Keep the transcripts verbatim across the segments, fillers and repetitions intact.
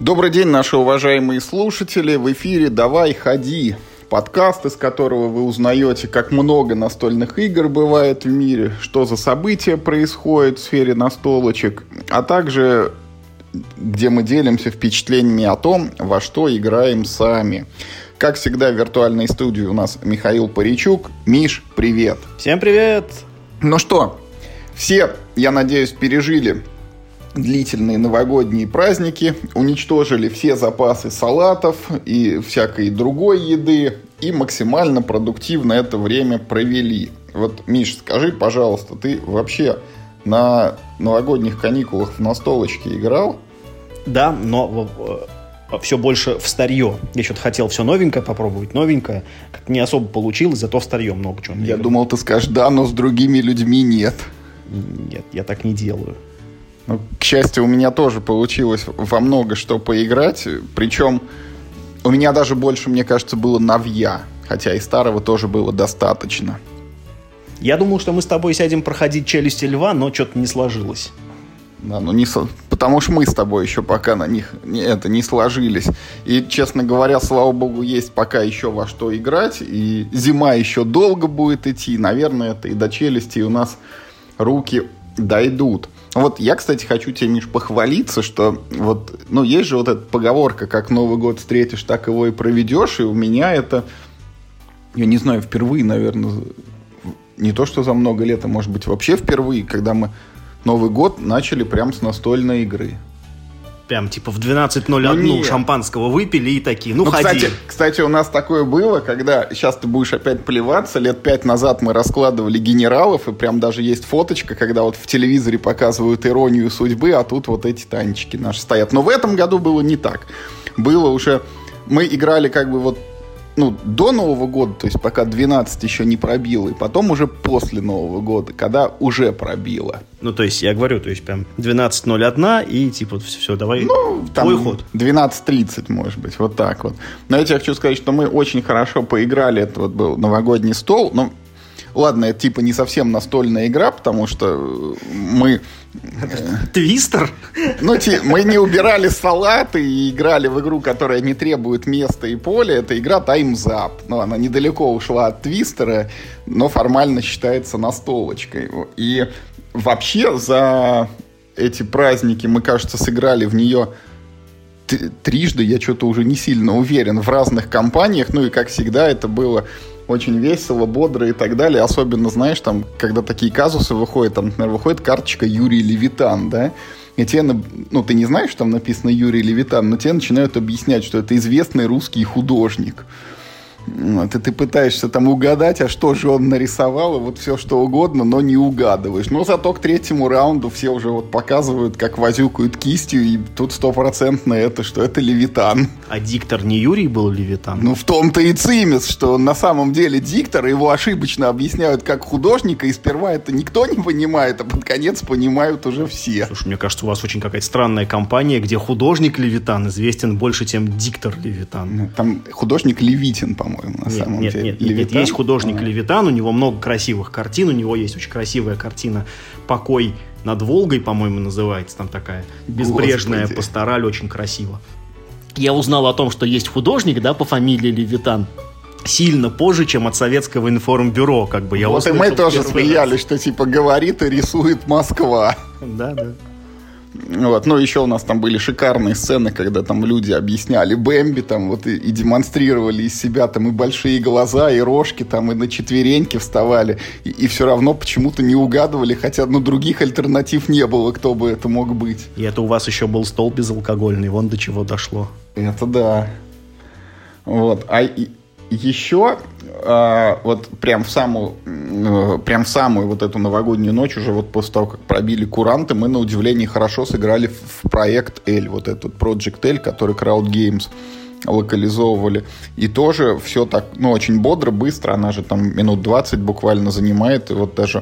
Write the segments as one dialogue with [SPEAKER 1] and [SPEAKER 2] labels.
[SPEAKER 1] Добрый день, наши уважаемые слушатели. В эфире «Давай, ходи». Подкаст, из которого вы узнаете, как много настольных игр бывает в мире, что за события происходят в сфере настолочек, а также где мы делимся впечатлениями о том, во что играем сами. Как всегда, в виртуальной студии у нас Михаил Паричук. Миш, привет!
[SPEAKER 2] Всем привет!
[SPEAKER 1] Ну что, все, я надеюсь, пережили длительные новогодние праздники, уничтожили все запасы салатов и всякой другой еды и максимально продуктивно это время провели. Вот, Миш, скажи, пожалуйста, ты вообще на новогодних каникулах в настолочке играл?
[SPEAKER 2] Да, но все больше в старье. Я что-то хотел все новенькое попробовать, новенькое. Как не особо получилось, зато в старье много чего.
[SPEAKER 1] Я думал, ты скажешь, да, но с другими людьми нет.
[SPEAKER 2] Нет, я так не делаю.
[SPEAKER 1] Ну, к счастью, у меня тоже получилось во много что поиграть. Причем у меня даже больше, мне кажется, было новья. Хотя и старого тоже было достаточно.
[SPEAKER 2] Я думал, что мы с тобой сядем проходить «Челюсти льва», но что-то не сложилось.
[SPEAKER 1] Да, ну не со... потому что мы с тобой еще пока на них не, это, не сложились. И, честно говоря, слава богу, есть пока еще во что играть. И зима еще долго будет идти. Наверное, это и до «Челюсти» у нас руки дойдут. Вот я, кстати, хочу тебе, Миш, похвалиться, что вот, ну, есть же вот эта поговорка, как Новый год встретишь, так его и проведешь, и у меня это, я не знаю, впервые, наверное, не то, что за много лет, а может быть вообще впервые, когда мы Новый год начали прям с настольной игры.
[SPEAKER 2] Прям типа в двенадцать ноль один ну, шампанского выпили и такие, ну, ну ходи.
[SPEAKER 1] Кстати, кстати, у нас такое было, когда, сейчас ты будешь опять плеваться, лет пять назад мы раскладывали генералов, и прям даже есть фоточка, когда вот в телевизоре показывают «Иронию судьбы», а тут вот эти танчики наши стоят. Но в этом году было не так. Было уже... Мы играли как бы вот ну, до Нового года, то есть пока двенадцать еще не пробило, и потом уже после Нового года, когда уже пробило.
[SPEAKER 2] Ну, то есть, я говорю, то есть прям двенадцать ноль один и типа все, все давай,
[SPEAKER 1] ну, там
[SPEAKER 2] твой ход.
[SPEAKER 1] двенадцать тридцать, может быть, вот так вот. Но я тебе хочу сказать, что мы очень хорошо поиграли, это вот был новогодний стол, но ладно, это типа не совсем настольная игра, потому что мы...
[SPEAKER 2] Твистер?
[SPEAKER 1] Ну, мы не убирали салаты и играли в игру, которая не требует места и поля. Это игра Time's Up. Ну, она недалеко ушла от Твистера, но формально считается настолочкой. И вообще за эти праздники мы, кажется, сыграли в нее трижды. Я что-то уже не сильно уверен. В разных компаниях. Ну и, как всегда, это было... очень весело, бодро и так далее. Особенно, знаешь, там, когда такие казусы выходят, там, например, выходит карточка Юрий Левитан, да, и тебе, ну, ты не знаешь, что там написано Юрий Левитан, но тебе начинают объяснять, что это известный русский художник. Вот, и ты пытаешься там угадать, а что же он нарисовал, и вот все что угодно, но не угадываешь. Но зато к третьему раунду все уже вот показывают, как возюкают кистью, и тут стопроцентно это, что это Левитан.
[SPEAKER 2] А диктор не Юрий был Левитан?
[SPEAKER 1] Ну, в том-то и цимис, что он на самом деле диктор, его ошибочно объясняют как художника, и сперва это никто не понимает, а под конец понимают уже все.
[SPEAKER 2] Слушай, мне кажется, у вас очень какая-то странная компания, где художник Левитан известен больше, чем диктор Левитан.
[SPEAKER 1] Там художник Левитин, по-моему. На
[SPEAKER 2] нет,
[SPEAKER 1] самом
[SPEAKER 2] нет,
[SPEAKER 1] деле.
[SPEAKER 2] нет, нет, есть художник а. Левитан, у него много красивых картин, у него есть очень красивая картина «Покой над Волгой», по-моему, называется, там такая безбрежная Господи. Пастораль, очень красиво. Я узнал о том, что есть художник, да, по фамилии Левитан, сильно позже, чем от советского информбюро, как бы я
[SPEAKER 1] вот и мы тоже смеялись, что типа говорит и рисует Москва.
[SPEAKER 2] Да, да.
[SPEAKER 1] Вот. Ну, еще у нас там были шикарные сцены, когда там люди объясняли Бэмби, там, вот, и, и демонстрировали из себя там и большие глаза, и рожки, там, и на четвереньки вставали, и, и все равно почему-то не угадывали, хотя, ну, других альтернатив не было, кто бы это мог быть.
[SPEAKER 2] И это у вас еще был стол безалкогольный, вон до чего дошло.
[SPEAKER 1] Это да. Вот. А и, еще а, вот прям в самую прям в самую вот эту новогоднюю ночь, уже вот после того, как пробили куранты, мы на удивление хорошо сыграли в проект L, вот этот Project L, который Crowd Games локализовывали. И тоже все так, ну, очень бодро, быстро, она же там минут двадцать буквально занимает, и вот даже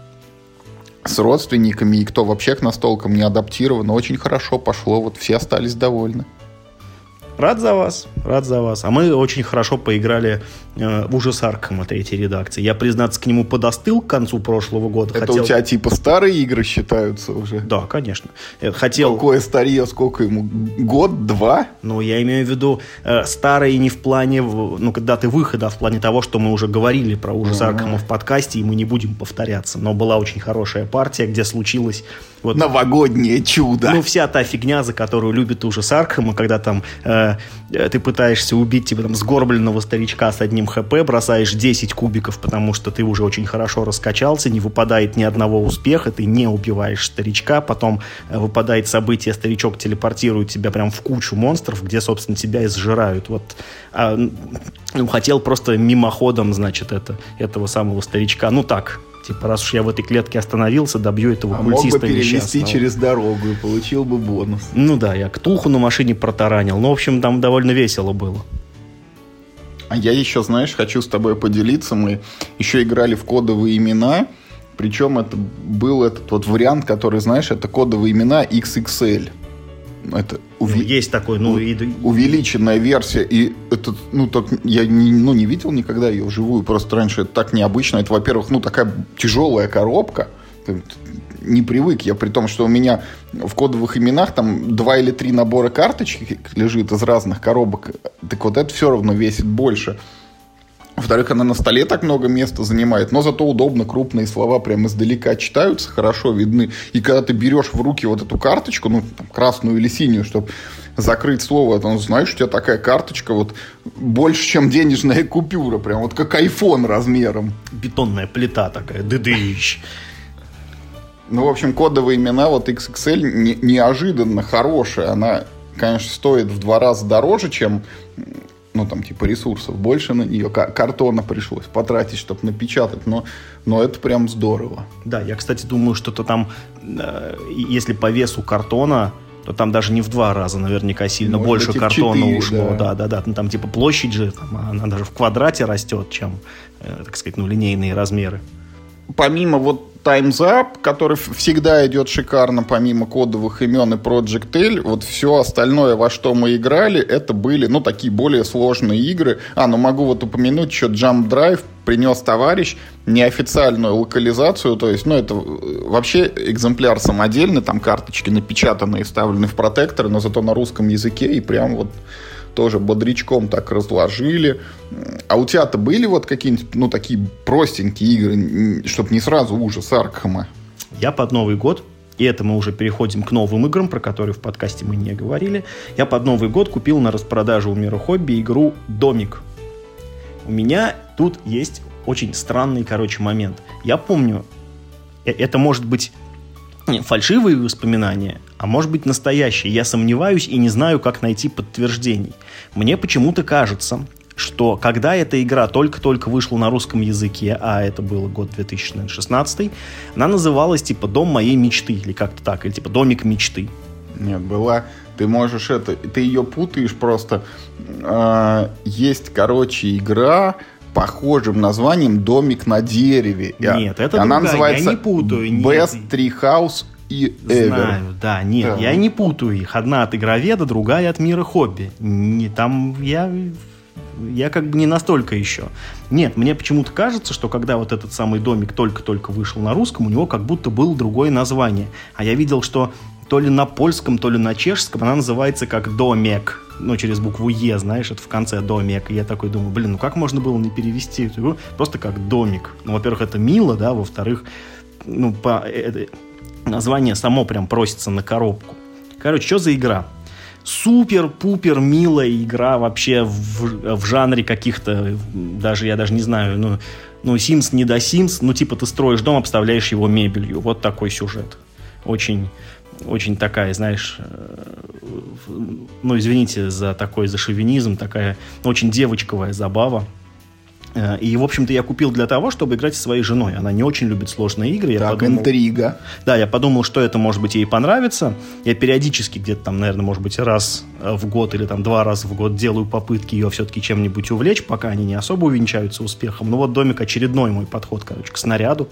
[SPEAKER 1] с родственниками, и кто вообще к настолкам не адаптирован, очень хорошо пошло, вот все остались довольны.
[SPEAKER 2] Рад за вас, рад за вас. А мы очень хорошо поиграли э, в ужас Аркхема третьей редакции. Я, признаться, к нему подостыл к концу прошлого года.
[SPEAKER 1] Это
[SPEAKER 2] Хотел...
[SPEAKER 1] у тебя типа старые игры считаются уже?
[SPEAKER 2] Да, конечно. Я хотел...
[SPEAKER 1] Какое старье, сколько ему? Год, два?
[SPEAKER 2] Ну, я имею в виду э, старые не в плане, ну, когда ты выхода, а в плане того, что мы уже говорили про ужас uh-huh. Аркхема в подкасте, и мы не будем повторяться. Но была очень хорошая партия, где случилось... Вот,
[SPEAKER 1] новогоднее чудо.
[SPEAKER 2] Ну, вся та фигня, за которую любит ужас Аркхема, когда там э, ты пытаешься убить типа, там, сгорбленного старичка с одним хп, бросаешь десять кубиков, потому что ты уже очень хорошо раскачался, не выпадает ни одного успеха, ты не убиваешь старичка, потом э, выпадает событие, старичок телепортирует тебя прям в кучу монстров, где, собственно, тебя и сжирают. Вот, а, ну, хотел просто мимоходом, значит, это, этого самого старичка. Ну, так... Типа, раз уж я в этой клетке остановился, добью этого
[SPEAKER 1] а
[SPEAKER 2] культиста
[SPEAKER 1] мог бы перевести
[SPEAKER 2] несчастного.
[SPEAKER 1] Через дорогу и получил бы бонус.
[SPEAKER 2] Ну да, я ктулху на машине протаранил. Ну, в общем, там довольно весело было.
[SPEAKER 1] А я еще, знаешь, хочу с тобой поделиться. Мы еще играли в кодовые имена. Причем это был этот вот вариант, который, знаешь, это кодовые имена икс икс эль. Это уви...
[SPEAKER 2] ну, есть такой, ну, и...
[SPEAKER 1] увеличенная версия. И это, ну, так, я не, ну, не видел никогда ее вживую. Просто раньше это так необычно. Это, во-первых, ну, такая тяжелая коробка. Не привык я, при том, что у меня в кодовых именах там два или три набора карточек лежит из разных коробок. Так вот это все равно весит больше. Во-вторых, она на столе так много места занимает, но зато удобно, крупные слова прям издалека читаются, хорошо видны. И когда ты берешь в руки вот эту карточку, ну, там, красную или синюю, чтобы закрыть слово, то, ну, знаешь, у тебя такая карточка вот больше, чем денежная купюра, прям вот как айфон размером.
[SPEAKER 2] Бетонная плита такая, дыдыщ.
[SPEAKER 1] Ну, в общем, кодовые имена, вот икс икс эль не, неожиданно хорошая. Она, конечно, стоит в два раза дороже, чем... ну, там, типа, ресурсов больше на нее, картона пришлось потратить, чтобы напечатать, но, но это прям здорово.
[SPEAKER 2] Да, я, кстати, думаю, что-то там, если по весу картона, то там даже не в два раза наверняка сильно может больше быть, картона четыре, ушло. Да. да, да, да. Ну, там, типа, площадь же, там, она даже в квадрате растет, чем, так сказать, ну, линейные размеры. Помимо
[SPEAKER 1] вот Time's Up, который всегда идет шикарно, помимо кодовых имен и Project L, вот все остальное, во что мы играли, это были, ну, такие более сложные игры. А, ну, могу вот упомянуть, что Jump Drive принес товарищ неофициальную локализацию, то есть, ну, это вообще экземпляр самодельный, там карточки напечатанные, вставлены в протекторы, но зато на русском языке, и прям вот тоже бодрячком так разложили. А у тебя-то были вот какие-нибудь, ну, такие простенькие игры, чтобы не сразу ужас Аркхема?
[SPEAKER 2] Я под Новый год, и это мы уже переходим к новым играм, про которые в подкасте мы не говорили, я под Новый год купил на распродаже у Мира Хобби игру «Домик». У меня тут есть очень странный, короче, момент. Я помню, это может быть фальшивые воспоминания, а может быть настоящие. Я сомневаюсь и не знаю, как найти подтверждений. Мне почему-то кажется, что когда эта игра только-только вышла на русском языке, а это был год две тысячи шестнадцатый, она называлась типа «Дом моей мечты» или как-то так, или типа «Домик мечты».
[SPEAKER 1] Нет, была... Ты можешь это... Ты ее путаешь просто. Э, есть, короче, игра... похожим названием «Домик на дереве».
[SPEAKER 2] Нет, это
[SPEAKER 1] она
[SPEAKER 2] другая,
[SPEAKER 1] называется
[SPEAKER 2] я не путаю.
[SPEAKER 1] Best Tree House и Ever.
[SPEAKER 2] Знаю, да, нет, да. Я не путаю их. Одна от Игроведа, другая от Мира Хобби. Не, там я, я как бы не настолько еще. Нет, мне почему-то кажется, что когда вот этот самый домик только-только вышел на русском, у него как будто было другое название. А я видел, что то ли на польском, то ли на чешском она называется как «Домек». Ну, через букву «Е», знаешь, это в конце «Домик». И я такой думаю, блин, ну как можно было не перевести эту игру просто как «Домик»? Ну, во-первых, это мило, да, во-вторых, ну, по, это, название само прям просится на коробку. Короче, что за игра? Супер-пупер милая игра вообще в, в жанре каких-то, даже, я даже не знаю, ну, ну, Sims не до Sims, ну, типа ты строишь дом, обставляешь его мебелью. Вот такой сюжет. Очень... Очень такая, знаешь, ну, извините за такой, за шовинизм, такая очень девочковая забава. И, в общем-то, я купил для того, чтобы играть со своей женой. Она не очень любит сложные игры. Я
[SPEAKER 1] так,
[SPEAKER 2] подумал,
[SPEAKER 1] интрига.
[SPEAKER 2] Да, я подумал, что это, может быть, ей понравится. Я периодически где-то там, наверное, может быть, раз в год или там два раза в год делаю попытки ее все-таки чем-нибудь увлечь, пока они не особо увенчаются успехом. Ну, вот «Домик» — очередной мой подход, короче, к снаряду.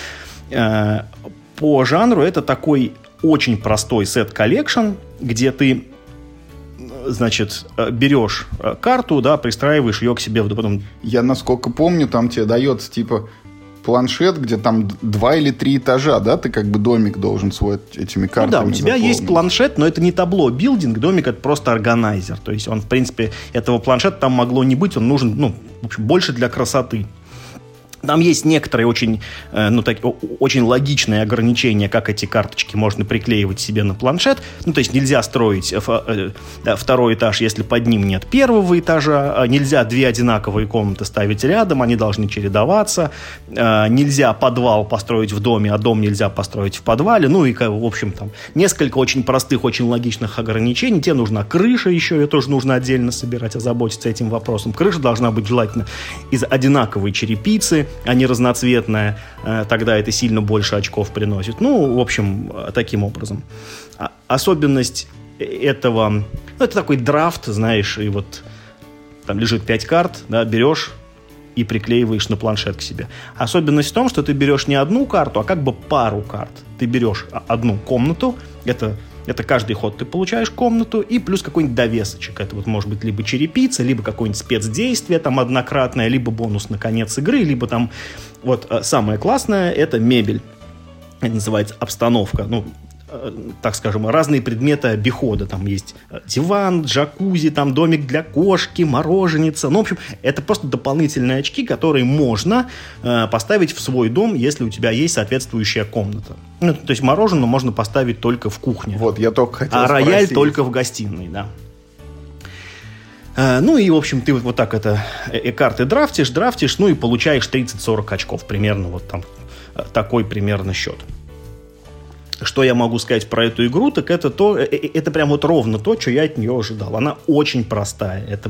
[SPEAKER 2] По жанру это такой очень простой сет-коллекшн, где ты значит, берешь карту, да, пристраиваешь ее к себе. Потом...
[SPEAKER 1] Я, насколько помню, там тебе дается, типа, планшет, где там два или три этажа, да? Ты как бы домик должен свой этими картами
[SPEAKER 2] Ну да, у тебя
[SPEAKER 1] заполнить.
[SPEAKER 2] есть планшет, но это не табло билдинг, домик — это просто органайзер. То есть он, в принципе, этого планшета там могло не быть, он нужен, ну, в общем, больше для красоты. Там есть некоторые очень, ну, так, очень логичные ограничения, как эти карточки можно приклеивать себе на планшет. Ну, то есть нельзя строить второй этаж, если под ним нет первого этажа. Нельзя две одинаковые комнаты ставить рядом, они должны чередоваться. Нельзя подвал построить в доме, а дом нельзя построить в подвале. Ну, и, в общем, там несколько очень простых, очень логичных ограничений. Тебе нужна крыша еще, ее тоже нужно отдельно собирать, озаботиться этим вопросом. Крыша должна быть желательно из одинаковой черепицы, а не разноцветная, тогда это сильно больше очков приносит. Ну, в общем, таким образом. Особенность этого... Ну, это такой драфт, знаешь, и вот там лежит пять карт, да, берешь и приклеиваешь на планшет к себе. Особенность в том, что ты берешь не одну карту, а как бы пару карт. Ты берешь одну комнату, это... Это каждый ход ты получаешь комнату, и плюс какой-нибудь довесочек. Это вот может быть либо черепица, либо какое-нибудь спецдействие там однократное, либо бонус на конец игры, либо там... Вот самое классное — это мебель. Это называется обстановка. Ну, так скажем, разные предметы обихода. Там есть диван, джакузи, там домик для кошки, мороженица. Ну, в общем, это просто дополнительные очки, которые можно э, поставить в свой дом, если у тебя есть соответствующая комната. Ну, то есть мороженое можно поставить только в кухне.
[SPEAKER 1] Вот, я только хотел
[SPEAKER 2] А
[SPEAKER 1] спросить.
[SPEAKER 2] рояль только в гостиной, да. Э, ну и, в общем, ты вот, вот так это э, карты драфтишь, драфтишь, ну и получаешь тридцать-сорок очков. Примерно вот там э, такой примерно счет. Что я могу сказать про эту игру, так это то, это прям вот ровно то, что я от нее ожидал. Она очень простая. Это,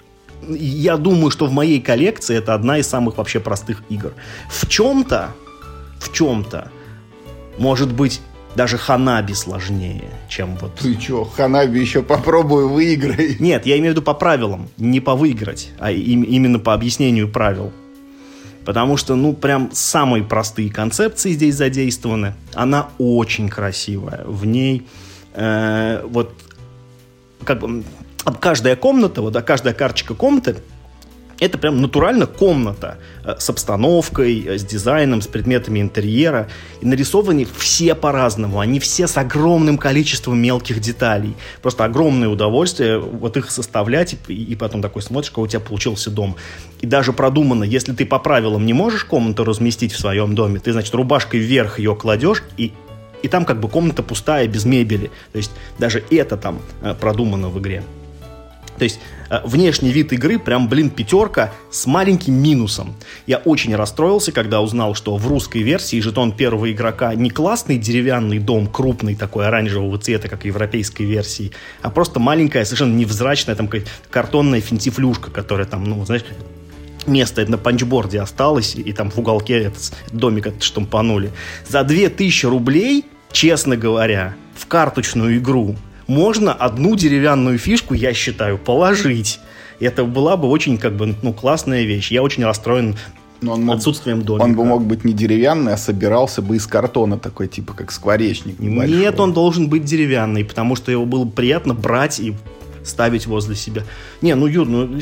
[SPEAKER 2] я думаю, что в моей коллекции это одна из самых вообще простых игр. В чем-то, в чем-то, может быть, даже Ханаби сложнее, чем вот...
[SPEAKER 1] Ты что, Ханаби еще попробую выиграй.
[SPEAKER 2] Нет, я имею в виду по правилам, не по выиграть, а им, именно по объяснению правил. Потому что, ну, прям самые простые концепции здесь задействованы. Она очень красивая. В ней э, вот как бы каждая комната, вот, а каждая карточка комнаты — это прям натурально комната э, с обстановкой, э, с дизайном, с предметами интерьера. И нарисованы все по-разному. Они все с огромным количеством мелких деталей. Просто огромное удовольствие вот их составлять, и, и потом такой смотришь, какой у тебя получился дом. И даже продумано, если ты по правилам не можешь комнату разместить в своем доме, ты, значит, рубашкой вверх ее кладешь, и, и там как бы комната пустая, без мебели. То есть даже это там э, продумано в игре. То есть э, внешний вид игры прям, блин, пятерка с маленьким минусом. Я очень расстроился, когда узнал, что в русской версии жетон первого игрока не классный деревянный дом, крупный такой, оранжевого цвета, как в европейской версии, а просто маленькая, совершенно невзрачная там картонная финтифлюшка, которая там, ну, знаешь, место на панчборде осталось, и, и там в уголке этот домик этот штампанули. За две тысячи рублей, честно говоря, в карточную игру можно одну деревянную фишку, я считаю, положить. Это была бы очень, как бы, ну, классная вещь. Я очень расстроен
[SPEAKER 1] Но он мог,
[SPEAKER 2] отсутствием домика.
[SPEAKER 1] Он бы мог быть не деревянный, а собирался бы из картона такой, типа как скворечник небольшой.
[SPEAKER 2] Нет, он должен быть деревянный, потому что его было приятно брать и ставить возле себя. Не, ну, Юр, ну...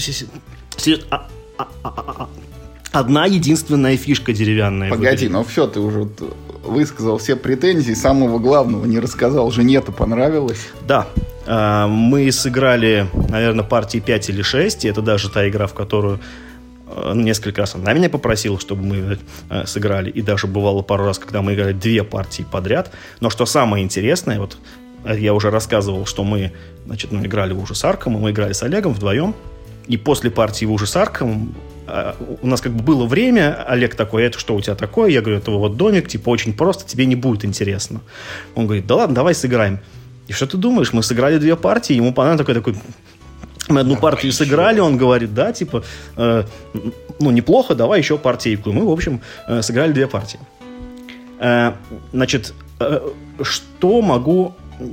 [SPEAKER 2] Одна единственная фишка деревянная.
[SPEAKER 1] Погоди, ну все, ты уже высказал все претензии, самого главного не рассказал. Жене-то понравилось?
[SPEAKER 2] Да. Мы сыграли, наверное, партии пять или шесть. И это даже та игра, в которую несколько раз она меня попросила, чтобы мы сыграли. И даже бывало пару раз, когда мы играли две партии подряд. Но что самое интересное, вот я уже рассказывал, что мы, значит, ну, играли в ужас Аркхема, мы играли с Олегом вдвоем. И после партии в ужас Аркхема у нас как бы было время, Олег такой: это что у тебя такое? Я говорю: это вот домик, типа очень просто, тебе не будет интересно. Он говорит: да ладно, давай сыграем. И что ты думаешь? Мы сыграли две партии, ему понравилось, такой, такой, мы одну давай партию еще. Сыграли, он говорит: да, типа, э, ну неплохо, давай еще партийку. И мы, в общем, э, сыграли две партии. Э, значит, э, что могу,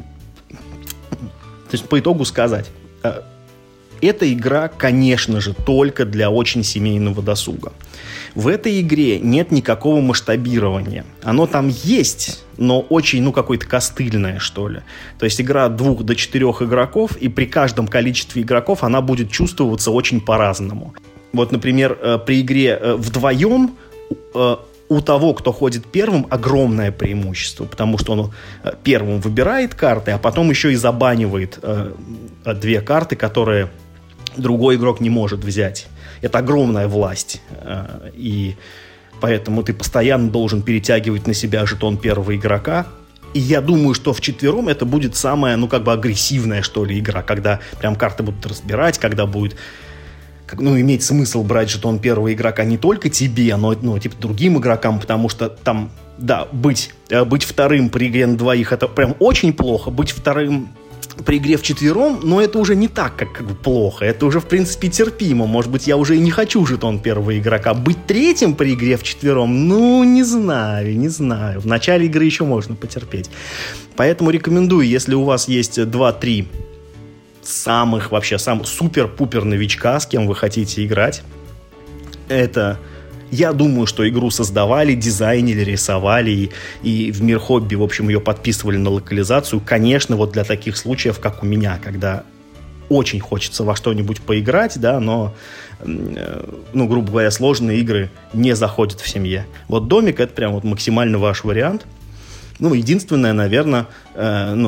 [SPEAKER 2] то есть по итогу сказать? Эта игра, конечно же, только для очень семейного досуга. В этой игре нет никакого масштабирования. Оно там есть, но очень, ну, какое-то костыльное, что ли. То есть игра от двух до четырех игроков, и при каждом количестве игроков она будет чувствоваться очень по-разному. Вот, например, при игре вдвоем у того, кто ходит первым, огромное преимущество, потому что он первым выбирает карты, а потом еще и забанивает две карты, которые другой игрок не может взять. Это огромная власть, и поэтому ты постоянно должен перетягивать на себя жетон первого игрока. И я думаю, что вчетвером это будет самая, ну, как бы агрессивная, что ли, игра, когда прям карты будут разбирать, когда будет, ну, иметь смысл брать жетон первого игрока не только тебе, но, ну, типа, другим игрокам, потому что там, да, быть, быть вторым при игре на двоих, это прям очень плохо, быть вторым при игре вчетвером, но это уже не так, как, как бы плохо. Это уже, в принципе, терпимо. Может быть, я уже и не хочу жетон первого игрока. Быть третьим при игре вчетвером, ну, не знаю, не знаю. В начале игры еще можно потерпеть. Поэтому рекомендую, если у вас есть два-три самых, вообще, самых супер-пупер новичка, с кем вы хотите играть, это... Я думаю, что игру создавали, дизайнили, рисовали и, и в Мир Хобби, в общем, ее подписывали на локализацию. Конечно, вот для таких случаев, как у меня, когда очень хочется во что-нибудь поиграть, да, но, э, ну, грубо говоря, сложные игры не заходят в семье. Вот «Домик» — это прям вот максимально ваш вариант. Ну, единственное, наверное, э, ну,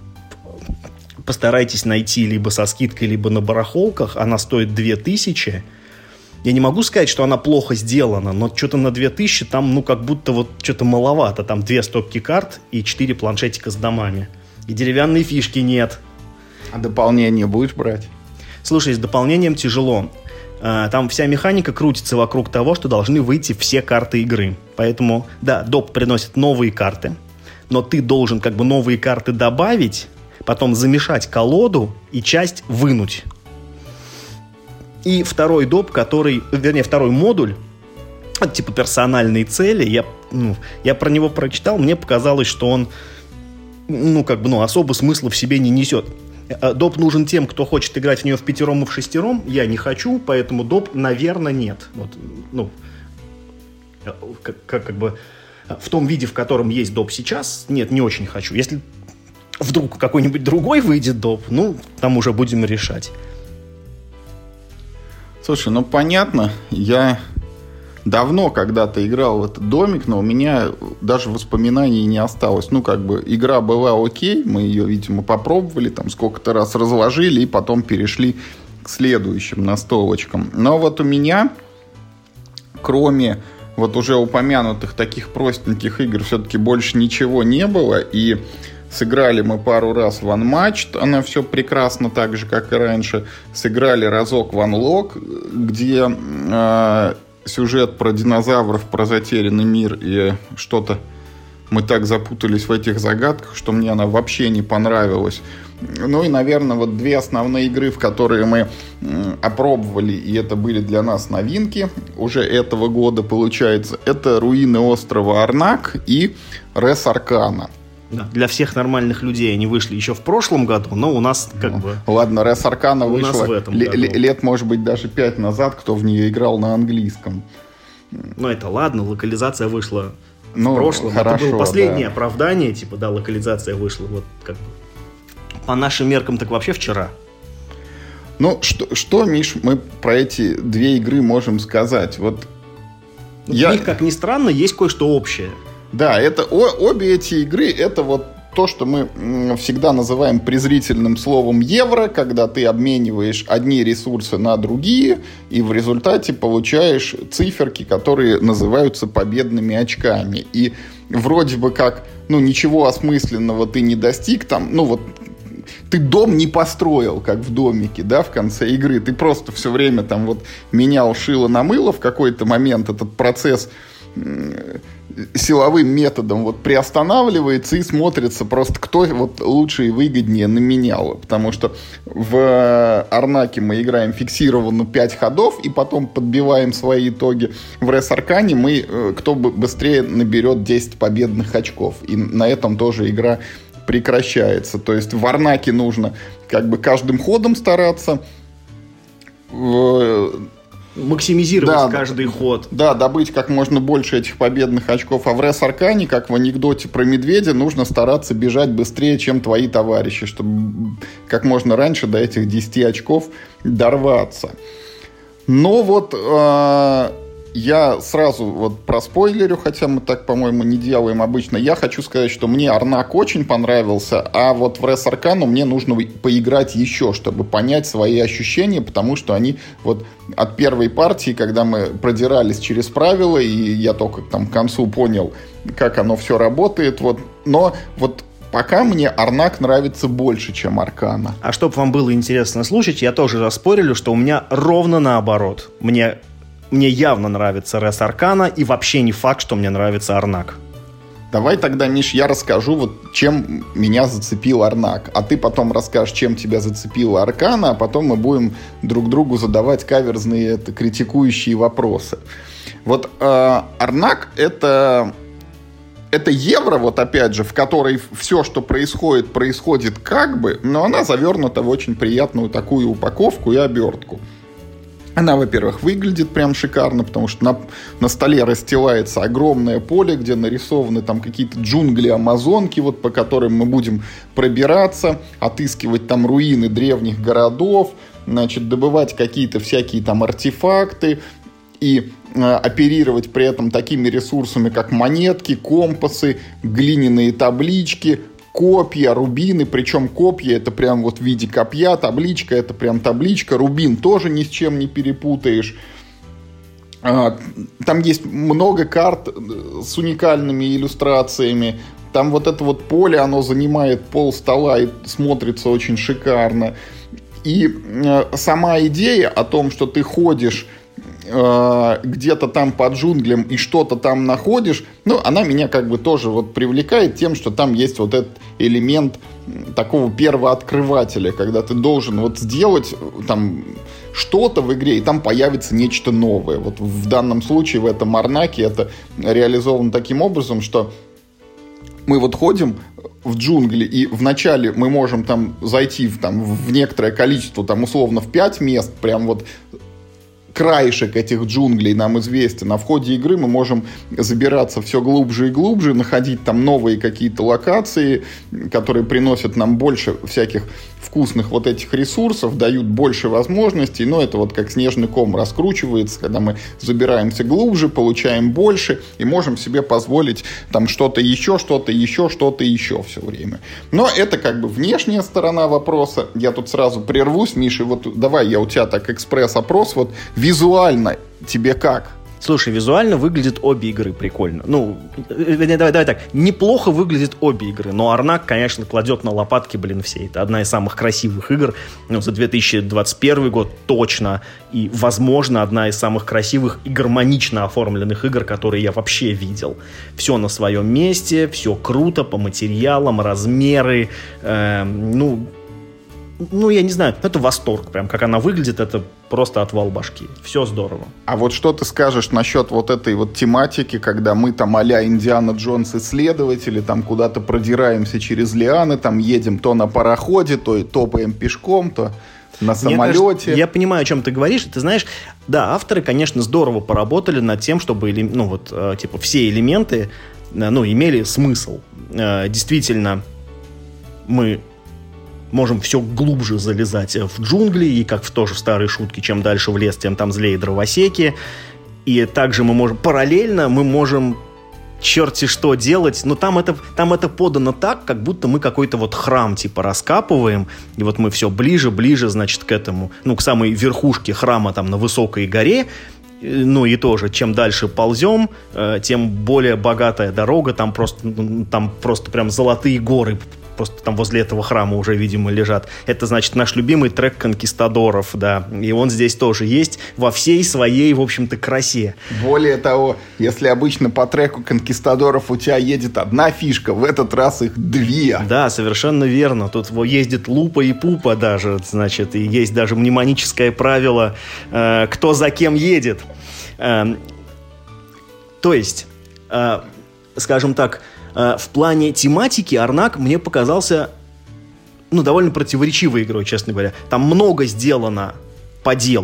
[SPEAKER 2] постарайтесь найти либо со скидкой, либо на барахолках. Она стоит две тысячи. Я не могу сказать, что она плохо сделана, но что-то на две тысячи там, ну, как будто вот что-то маловато. Там две стопки карт и четыре планшетика с домами. И деревянной фишки нет.
[SPEAKER 1] А дополнение будешь брать?
[SPEAKER 2] Слушай, с дополнением тяжело. Там вся механика крутится вокруг того, что должны выйти все карты игры. Поэтому, да, доп приносит новые карты, но ты должен как бы новые карты добавить, потом замешать колоду и часть вынуть. И второй доп, который, вернее, второй модуль, это типа персональные цели, я, ну, я про него прочитал, мне показалось, что он, ну, как бы, ну, особо смысла в себе не несет. Доп нужен тем, кто хочет играть в нее в пятером и в шестером, я не хочу, поэтому доп, наверное, нет. Вот, ну, как, как, как бы в том виде, в котором есть доп сейчас, нет, не очень хочу. Если вдруг какой-нибудь другой выйдет доп, ну, там уже будем решать.
[SPEAKER 1] Слушай, ну понятно, я давно когда-то играл в этот «Домик», но у меня даже воспоминаний не осталось. Ну, как бы, игра была окей, мы ее, видимо, попробовали, там сколько-то раз разложили и потом перешли к следующим настолочкам. Но вот у меня, кроме вот уже упомянутых таких простеньких игр, все-таки больше ничего не было, и... Сыграли мы пару раз в Unmatched, она все прекрасно так же, как и раньше. Сыграли разок в Unlock, где э, сюжет про динозавров, про затерянный мир, и что-то мы так запутались в этих загадках, что мне она вообще не понравилась. Ну и, наверное, вот две основные игры, в которые мы э, опробовали, и это были для нас новинки уже этого года, получается, это «Руины острова Арнак» и «Рес Аркана».
[SPEAKER 2] Да, для всех нормальных людей они вышли еще в прошлом году, но у нас как
[SPEAKER 1] ну,
[SPEAKER 2] бы...
[SPEAKER 1] Ладно, Рес Аркана вышла
[SPEAKER 2] в этом
[SPEAKER 1] л- л- лет, может быть, даже пять назад, кто в нее играл на английском.
[SPEAKER 2] Ну, это ладно, локализация вышла
[SPEAKER 1] ну,
[SPEAKER 2] в прошлом.
[SPEAKER 1] Хорошо,
[SPEAKER 2] это было последнее
[SPEAKER 1] да.
[SPEAKER 2] оправдание, типа, да, локализация вышла вот как бы по нашим меркам так вообще вчера.
[SPEAKER 1] Ну, что, что, Миш, мы про эти две игры можем сказать? Вот
[SPEAKER 2] ну,
[SPEAKER 1] я...
[SPEAKER 2] В них, как ни странно, есть кое-что общее.
[SPEAKER 1] Да, это о, обе эти игры, это вот то, что мы всегда называем презрительным словом евро, когда ты обмениваешь одни ресурсы на другие, и в результате получаешь циферки, которые называются победными очками. И вроде бы как, ну, ничего осмысленного ты не достиг, там, ну, вот, ты дом не построил, как в «Домике», да, в конце игры. Ты просто все время там вот менял шило на мыло. В какой-то момент этот процесс силовым методом вот приостанавливается и смотрится просто, кто вот лучше и выгоднее наменял. Потому что в Арнаке мы играем фиксированно пять ходов и потом подбиваем свои итоги. В Рес Аркане мы, кто быстрее наберет десять победных очков. И на этом тоже игра прекращается. То есть в Арнаке нужно как бы каждым ходом стараться
[SPEAKER 2] максимизировать да, каждый ход.
[SPEAKER 1] Да, добыть как можно больше этих победных очков. А в Рес Аркане, как в анекдоте про медведя, нужно стараться бежать быстрее, чем твои товарищи, чтобы как можно раньше до этих десяти очков дорваться. Но вот э, я сразу вот проспойлерю, хотя мы так, по-моему, не делаем обычно. Я хочу сказать, что мне Арнак очень понравился, а вот в Рес Аркану мне нужно поиграть еще, чтобы понять свои ощущения, потому что они вот от первой партии, когда мы продирались через правила, и я только там к концу понял, как оно все работает, вот, но вот пока мне Арнак нравится больше, чем Аркана.
[SPEAKER 2] А чтобы вам было интересно слушать, я тоже заспорилю, что у меня ровно наоборот. Мне, мне явно нравится Рес Аркана, и вообще не факт, что мне нравится Арнак.
[SPEAKER 1] Давай тогда, Миш, я расскажу, вот чем меня зацепил Арнак, а ты потом расскажешь, чем тебя зацепила Аркана, а потом мы будем друг другу задавать каверзные, это, критикующие вопросы. Вот э, Арнак — это... Это евро, вот опять же, в которой все, что происходит, происходит как бы, но она завернута в очень приятную такую упаковку и обертку. Она, во-первых, выглядит прям шикарно, потому что на, на столе расстилается огромное поле, где нарисованы там какие-то джунгли-амазонки, вот, по которым мы будем пробираться, отыскивать там руины древних городов, значит, добывать какие-то всякие там артефакты, и э, оперировать при этом такими ресурсами, как монетки, компасы, глиняные таблички, копья, рубины. Причем копья — это прям вот в виде копья, табличка — это прям табличка, рубин тоже ни с чем не перепутаешь. Э, там есть много карт с уникальными иллюстрациями. Там вот это вот поле, оно занимает пол стола и смотрится очень шикарно. И э, сама идея о том, что ты ходишь где-то там по джунглям и что-то там находишь, ну, она меня как бы тоже вот привлекает тем, что там есть вот этот элемент такого первооткрывателя, когда ты должен вот сделать там что-то в игре, и там появится нечто новое. Вот в данном случае в этом Арнаке это реализовано таким образом, что мы вот ходим в джунгли, и вначале мы можем там зайти в, там, в некоторое количество, там условно в пять мест, прям вот краешек этих джунглей нам известен, а в ходе игры мы можем забираться все глубже и глубже, находить там новые какие-то локации, которые приносят нам больше всяких вкусных вот этих ресурсов, дают больше возможностей, но это вот как снежный ком раскручивается, когда мы забираемся глубже, получаем больше и можем себе позволить там что-то еще, что-то еще, что-то еще все время. Но это как бы внешняя сторона вопроса. Я тут сразу прервусь, Миша, вот давай я у тебя так экспресс-опрос, вот визуально тебе как?
[SPEAKER 2] Слушай, визуально выглядят обе игры прикольно. Ну, давай, давай так, неплохо выглядят обе игры, но Арнак, конечно, кладет на лопатки, блин, все. Это одна из самых красивых игр, ну, за две тысячи двадцать первый год точно, и, возможно, одна из самых красивых и гармонично оформленных игр, которые я вообще видел. Все на своем месте, все круто по материалам, размеры, э, ну... Ну, я не знаю, это восторг прям, как она выглядит, это просто отвал башки. Все здорово.
[SPEAKER 1] А вот что ты скажешь насчет вот этой вот тематики, когда мы там а-ля Индиана Джонс исследователи, там куда-то продираемся через лианы, там едем то на пароходе, то топаем пешком, то на самолете. Мне кажется,
[SPEAKER 2] я понимаю, о чем ты говоришь. Ты знаешь, да, авторы, конечно, здорово поработали над тем, чтобы, ну, вот, типа, все элементы, ну, имели смысл. Действительно, мы можем все глубже залезать в джунгли, и как в тоже в старой шутке, чем дальше в лес, тем там злее дровосеки. И также мы можем, параллельно мы можем черти что делать, но там это, там это подано так, как будто мы какой-то вот храм типа раскапываем, и вот мы все ближе, ближе, значит, к этому, ну, к самой верхушке храма там на высокой горе. Ну и тоже, чем дальше ползем, тем более богатая дорога, там просто, там просто прям золотые горы просто там возле этого храма уже, видимо, лежат. Это, значит, наш любимый трек «Конкистадоров», да. И он здесь тоже есть во всей своей, в общем-то, красе.
[SPEAKER 1] Более того, если обычно по треку «Конкистадоров» у тебя едет одна фишка, в этот раз их две.
[SPEAKER 2] Да, совершенно верно. Тут ездит Лупа и Пупа даже, значит, и есть даже мнемоническое правило э, «Кто за кем едет?». Э, то есть, э, скажем так, в плане тематики Арнак мне показался, ну, довольно противоречивой игрой, честно говоря. Там много сделано по делу,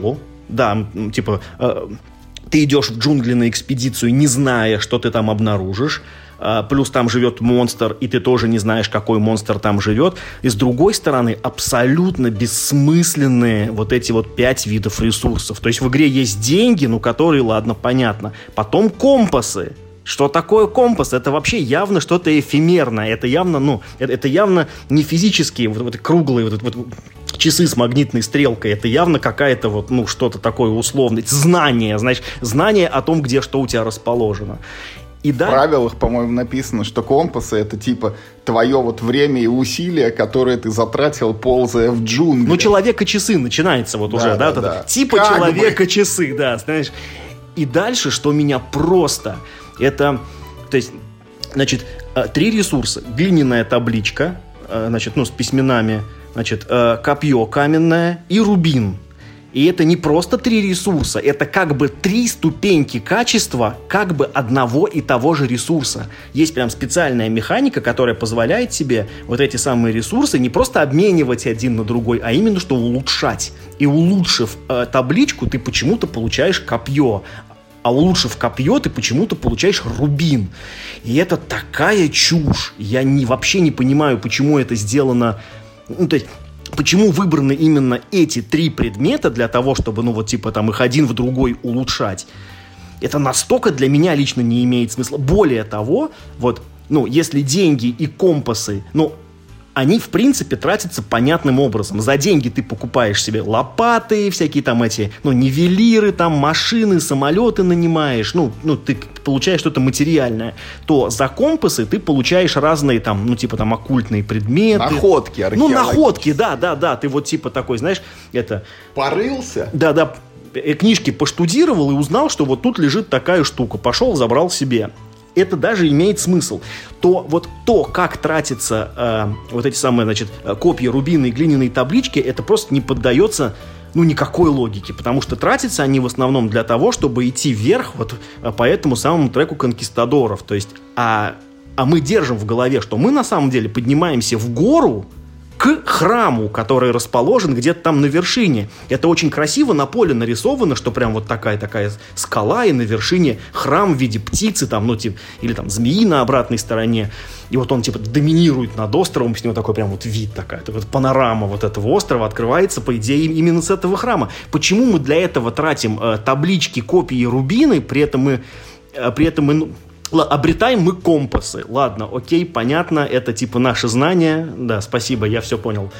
[SPEAKER 2] да, типа, э, ты идешь в джунгли на экспедицию, не зная, что ты там обнаружишь, э, плюс там живет монстр, и ты тоже не знаешь, какой монстр там живет. И с другой стороны, абсолютно бессмысленные вот эти вот пять видов ресурсов. То есть в игре есть деньги, ну, которые, ладно, понятно. Потом компасы. Что такое компас? Это вообще явно что-то эфемерное. Это явно, ну, это, это явно не физические вот, вот круглые вот, вот, часы с магнитной стрелкой. Это явно какая-то вот, ну, что-то такое условное. Знание, значит, знание о том, где что у тебя расположено. И
[SPEAKER 1] в
[SPEAKER 2] да...
[SPEAKER 1] правилах, по-моему, написано, что компасы — это типа твое вот время и усилия, которые ты затратил, ползая в джунгли.
[SPEAKER 2] Ну, человек и часы начинается вот да, уже, да?
[SPEAKER 1] да, да.
[SPEAKER 2] Типа
[SPEAKER 1] как
[SPEAKER 2] человека
[SPEAKER 1] бы...
[SPEAKER 2] часы, да, знаешь. И дальше, что меня просто... Это, то есть, значит, три ресурса. Глиняная табличка, значит, ну, с письменами, значит, копье каменное и рубин. И это не просто три ресурса, это как бы три ступеньки качества как бы одного и того же ресурса. Есть прям специальная механика, которая позволяет себе вот эти самые ресурсы не просто обменивать один на другой, а именно что улучшать. И улучшив э, табличку, ты почему-то получаешь копье. А улучшив копье, ты почему-то получаешь рубин. И это такая чушь. Я не, вообще не понимаю, почему это сделано... Ну, то есть, почему выбраны именно эти три предмета для того, чтобы, ну, вот, типа, там, их один в другой улучшать. Это настолько для меня лично не имеет смысла. Более того, вот, ну, если деньги и компасы, ну, они, в принципе, тратятся понятным образом. За деньги ты покупаешь себе лопаты, всякие там эти, ну, нивелиры, там, машины, самолеты нанимаешь, ну, ну, ты получаешь что-то материальное. То за компасы ты получаешь разные там, ну, типа там оккультные предметы.
[SPEAKER 1] Находки археологические.
[SPEAKER 2] Ну, находки, да, да, да. Ты вот типа такой, знаешь, это...
[SPEAKER 1] Порылся?
[SPEAKER 2] Да, да. Книжки поштудировал и узнал, что вот тут лежит такая штука. Пошел, забрал себе. Это даже имеет смысл. То вот то, как тратятся э, вот эти самые, значит, копья, рубины и глиняные таблички, это просто не поддается, ну, никакой логике, потому что тратятся они в основном для того, чтобы идти вверх вот по этому самому треку конкистадоров. То есть, а, а мы держим в голове, что мы на самом деле поднимаемся в гору к храму, который расположен где-то там на вершине. Это очень красиво на поле нарисовано, что прям вот такая-такая скала, и на вершине храм в виде птицы, там, ну, типа, или там змеи на обратной стороне. И вот он, типа, доминирует над островом, с него такой прям вот вид такая, вот панорама вот этого острова открывается, по идее, именно с этого храма. Почему мы для этого тратим э, таблички, копии, рубины, при этом мы, э, при этом мы, ну, обретаем мы компасы. Ладно, окей, понятно, это типа наши знания. Да, спасибо, я все понял.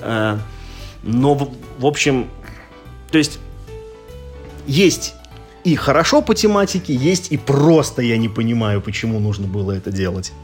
[SPEAKER 2] Но, в общем, то есть есть и хорошо по тематике, есть и просто я не понимаю, почему нужно было это делать.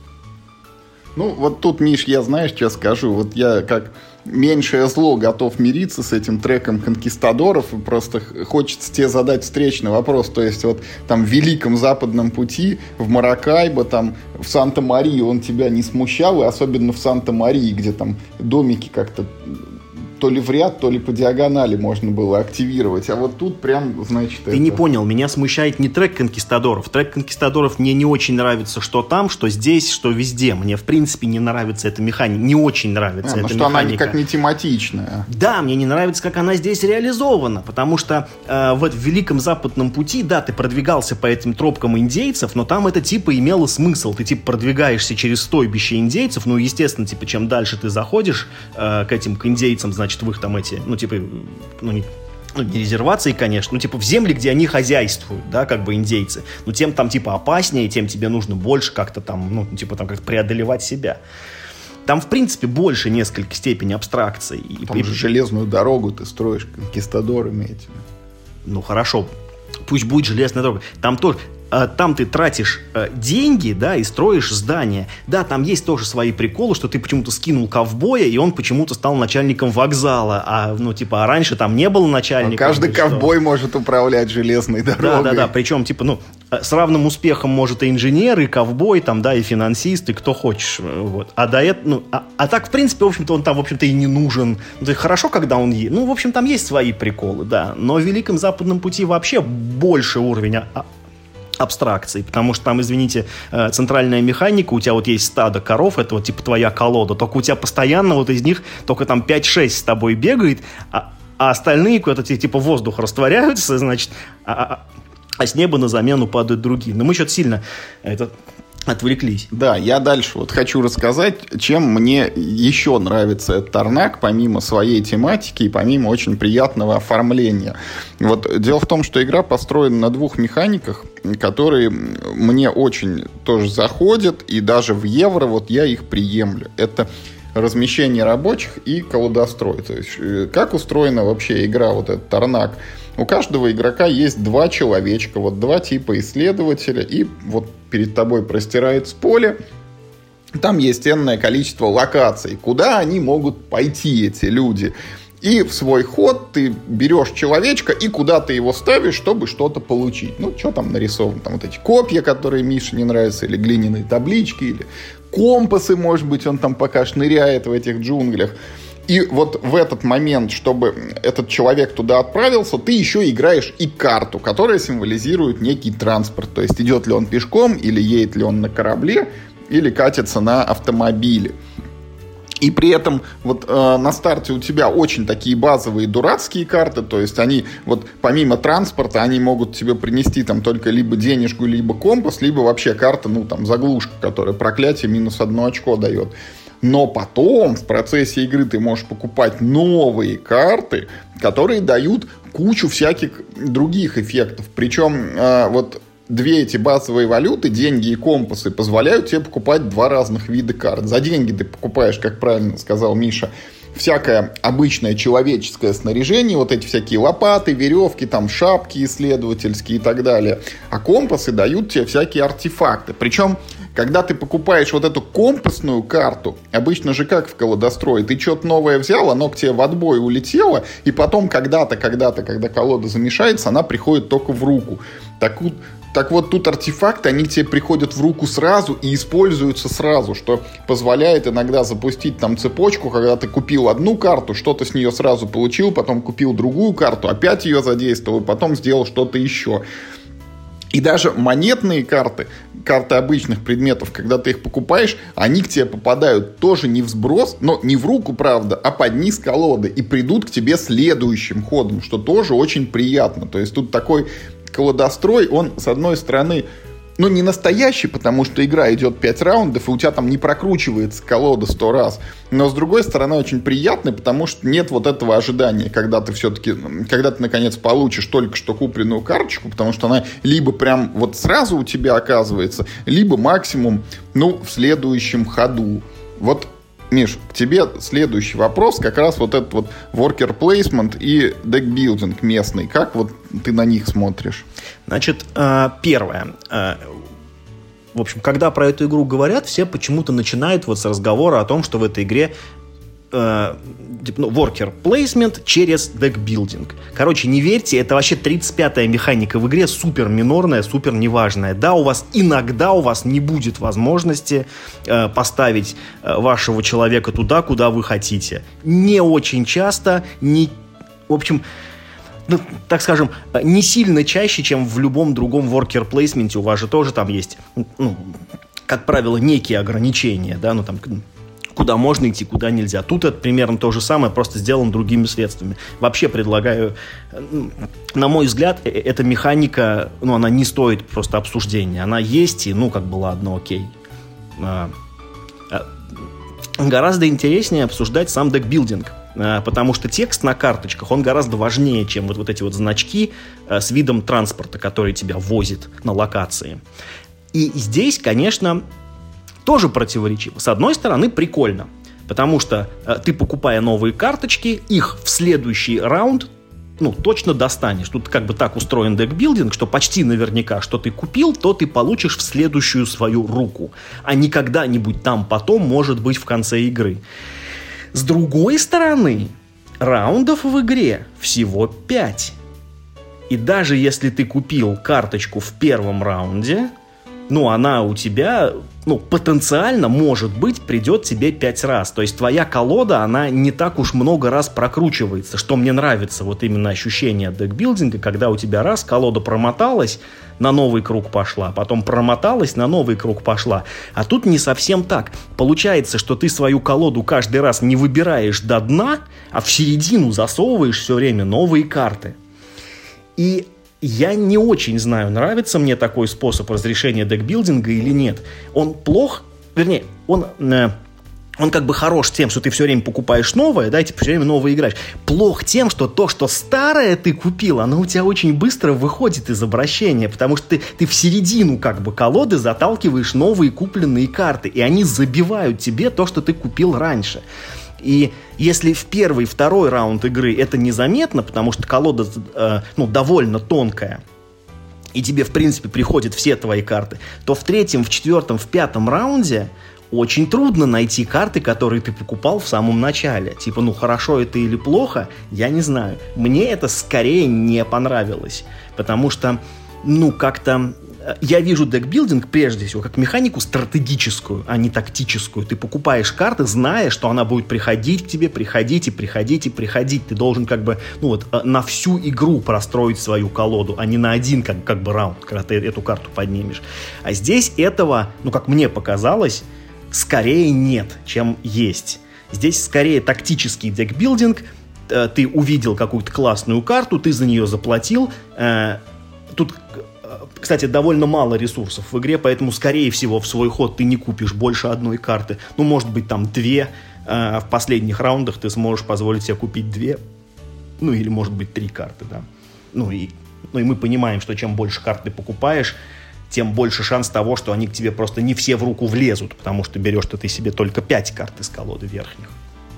[SPEAKER 1] Ну, вот тут, Миш, я, знаешь, что скажу? Вот я как меньшее зло готов мириться с этим треком конкистадоров, и просто хочется тебе задать встречный вопрос. То есть вот там в Великом Западном пути, в Маракайбо, там в Санта-Марии он тебя не смущал, и особенно в Санта-Марии, где там домики как-то то ли в ряд, то ли по диагонали можно было активировать. А вот тут прям, значит...
[SPEAKER 2] Ты
[SPEAKER 1] это...
[SPEAKER 2] не понял, меня смущает не трек конкистадоров. Трек конкистадоров мне не очень нравится, что там, что здесь, что везде. Мне, в принципе, не нравится эта механика. Не очень нравится
[SPEAKER 1] а,
[SPEAKER 2] эта
[SPEAKER 1] что
[SPEAKER 2] механика.
[SPEAKER 1] Она никак не тематичная.
[SPEAKER 2] Да, мне не нравится, как она здесь реализована. Потому что э, вот в Великом Западном пути, да, ты продвигался по этим тропкам индейцев, но там это типа имело смысл. Ты типа продвигаешься через стойбище индейцев. Ну, естественно, типа, чем дальше ты заходишь э, к этим, к индейцам, значит, в их там эти, ну, типа, ну, не, ну, не резервации, конечно, ну, типа, в земли, где они хозяйствуют, да, как бы индейцы, но тем там, типа, опаснее, тем тебе нужно больше как-то там, ну, типа, там, как-то преодолевать себя. Там, в принципе, больше несколько степеней абстракции.
[SPEAKER 1] Там и... же железную дорогу ты строишь конкистадорами этими.
[SPEAKER 2] Ну, хорошо, пусть будет железная дорога. Там тоже... Там ты тратишь э, деньги, да, и строишь здание. Да, там есть тоже свои приколы, что ты почему-то скинул ковбоя, и он почему-то стал начальником вокзала. А, ну, типа, а раньше там не было начальника.
[SPEAKER 1] Но каждый ковбой что? может управлять железной дорогой.
[SPEAKER 2] Да, да, да. Причем, типа, ну, с равным успехом может и инженер, и ковбой, там, да, и финансист, и кто хочешь. Вот. А до этого, ну, а, а так, в принципе, в общем-то, он там, в общем-то, и не нужен. Ну, то есть, хорошо, когда он есть. Ну, в общем, там есть свои приколы, да. Но в Великом Западном пути вообще больше уровень а, абстракций, потому что там, извините, центральная механика, у тебя вот есть стадо коров, это вот типа твоя колода, только у тебя постоянно вот из них только там пять-шесть с тобой бегает, а, а остальные куда-то типа воздух растворяются, значит, а, а с неба на замену падают другие. Но мы что-то сильно это, отвлеклись.
[SPEAKER 1] Да, я дальше вот хочу рассказать, чем мне еще нравится этот Тарнак, помимо своей тематики и помимо очень приятного оформления. Вот дело в том, что игра построена на двух механиках, которые мне очень тоже заходят, и даже в евро вот я их приемлю. Это размещение рабочих и колодострой. То есть, как устроена вообще игра, вот этот Тарнак? У каждого игрока есть два человечка, вот два типа исследователя, и вот перед тобой простирается поле. Там есть энное количество локаций, куда они могут пойти, эти люди. И в свой ход ты берешь человечка и куда ты его ставишь, чтобы что-то получить. Ну, что там нарисовано? Там вот эти копья, которые Мише не нравятся, или глиняные таблички, или компасы, может быть, он там пока шныряет в этих джунглях. И вот в этот момент, чтобы этот человек туда отправился, ты еще играешь и карту, которая символизирует некий транспорт. То есть идет ли он пешком, или едет ли он на корабле, или катится на автомобиле. И при этом вот э, на старте у тебя очень такие базовые дурацкие карты, то есть они вот помимо транспорта, они могут тебе принести там только либо денежку, либо компас, либо вообще карта, ну там заглушка, которая проклятие минус одно очко дает. Но потом в процессе игры ты можешь покупать новые карты, которые дают кучу всяких других эффектов. Причем э, вот две эти базовые валюты, деньги и компасы, позволяют тебе покупать два разных вида карт. За деньги ты покупаешь, как правильно сказал Миша, всякое обычное человеческое снаряжение, вот эти всякие лопаты, веревки, там шапки исследовательские и так далее. А компасы дают тебе всякие артефакты. Причем, когда ты покупаешь вот эту компасную карту, обычно же как в колодострое, ты что-то новое взял, оно к тебе в отбой улетело, и потом когда-то, когда-то, когда колода замешается, она приходит только в руку. Так вот, Так вот, тут артефакты, они к тебе приходят в руку сразу и используются сразу, что позволяет иногда запустить там цепочку, когда ты купил одну карту, что-то с нее сразу получил, потом купил другую карту, опять ее задействовал, потом сделал что-то еще. И даже монетные карты, карты обычных предметов, когда ты их покупаешь, они к тебе попадают тоже не в сброс, но не в руку, правда, а под низ колоды и придут к тебе следующим ходом, что тоже очень приятно. То есть тут такой колодострой, он, с одной стороны, ну, не настоящий, потому что игра идет пять раундов, и у тебя там не прокручивается колода сто раз. Но, с другой стороны, очень приятный, потому что нет вот этого ожидания, когда ты все-таки, когда ты, наконец, получишь только что купленную карточку, потому что она либо прям вот сразу у тебя оказывается, либо максимум, ну, в следующем ходу. Вот, Миш, к тебе следующий вопрос, как раз вот этот вот worker placement и декбилдинг местный. Как вот ты на них смотришь?
[SPEAKER 2] Значит, первое. В общем, когда про эту игру говорят, все почему-то начинают вот с разговора о том, что в этой игре ну, worker placement через декбилдинг. Короче, не верьте, это вообще тридцать пятая механика в игре, супер минорная, супер неважная. Да, у вас иногда у вас не будет возможности э, поставить э, вашего человека туда, куда вы хотите. Не очень часто, не, в общем, ну, так скажем, не сильно чаще, чем в любом другом worker placement. У вас же тоже там есть, ну, как правило, некие ограничения, да, ну там куда можно идти, куда нельзя. Тут это примерно то же самое, просто сделано другими средствами. Вообще предлагаю, на мой взгляд, эта механика, ну, она не стоит просто обсуждения. Она есть, и, ну, как бы, ладно, окей. Гораздо интереснее обсуждать сам декбилдинг, потому что текст на карточках, он гораздо важнее, чем вот, вот эти вот значки с видом транспорта, который тебя возит на локации. И здесь, конечно, тоже противоречиво. С одной стороны, прикольно, потому что э, ты, покупая новые карточки, их в следующий раунд, ну, точно достанешь. Тут как бы так устроен декбилдинг, что почти наверняка, что ты купил, то ты получишь в следующую свою руку, а не когда-нибудь там потом, может быть, в конце игры. С другой стороны, раундов в игре всего пять. И даже если ты купил карточку в первом раунде, ну, она у тебя, ну, потенциально, может быть, придет тебе пять раз. То есть твоя колода, она не так уж много раз прокручивается, что мне нравится, вот именно ощущение декбилдинга, когда у тебя раз колода промоталась, на новый круг пошла, потом промоталась, на новый круг пошла. А тут не совсем так. Получается, что ты свою колоду каждый раз не выбираешь до дна, а в середину засовываешь все время новые карты. И я не очень знаю, нравится мне такой способ разрешения декбилдинга или нет. Он плох, вернее, он... Э, Он как бы хорош тем, что ты все время покупаешь новое, да, и ты все время новое играешь. Плох тем, что то, что старое ты купил, оно у тебя очень быстро выходит из обращения, потому что ты, ты в середину как бы колоды заталкиваешь новые купленные карты, и они забивают тебе то, что ты купил раньше. И если в первый, второй раунд игры это незаметно, потому что колода э, ну, довольно тонкая, и тебе, в принципе, приходят все твои карты, то в третьем, в четвертом, в пятом раунде очень трудно найти карты, которые ты покупал в самом начале. Типа, ну, хорошо это или плохо, я не знаю. Мне это скорее не понравилось. Потому что, ну, как-то... Я вижу декбилдинг, прежде всего, как механику стратегическую, а не тактическую. Ты покупаешь карты, зная, что она будет приходить к тебе, приходить и приходить и приходить. Ты должен как бы, ну вот, на всю игру простроить свою колоду, а не на один как, как бы раунд, когда ты эту карту поднимешь. А здесь этого, ну, как мне показалось, скорее нет, чем есть. Здесь скорее тактический декбилдинг. Ты увидел какую-то классную карту, ты за нее заплатил. Тут, кстати, довольно мало ресурсов в игре, поэтому, скорее всего, в свой ход ты не купишь больше одной карты. Ну, может быть, там две. В последних раундах ты сможешь позволить себе купить две. Ну, или, может быть, три карты, да. Ну, и, ну, и мы понимаем, что чем больше карт ты покупаешь, тем больше шанс того, что они к тебе просто не все в руку влезут, потому что берешь-то ты себе только пять карт из колоды верхних.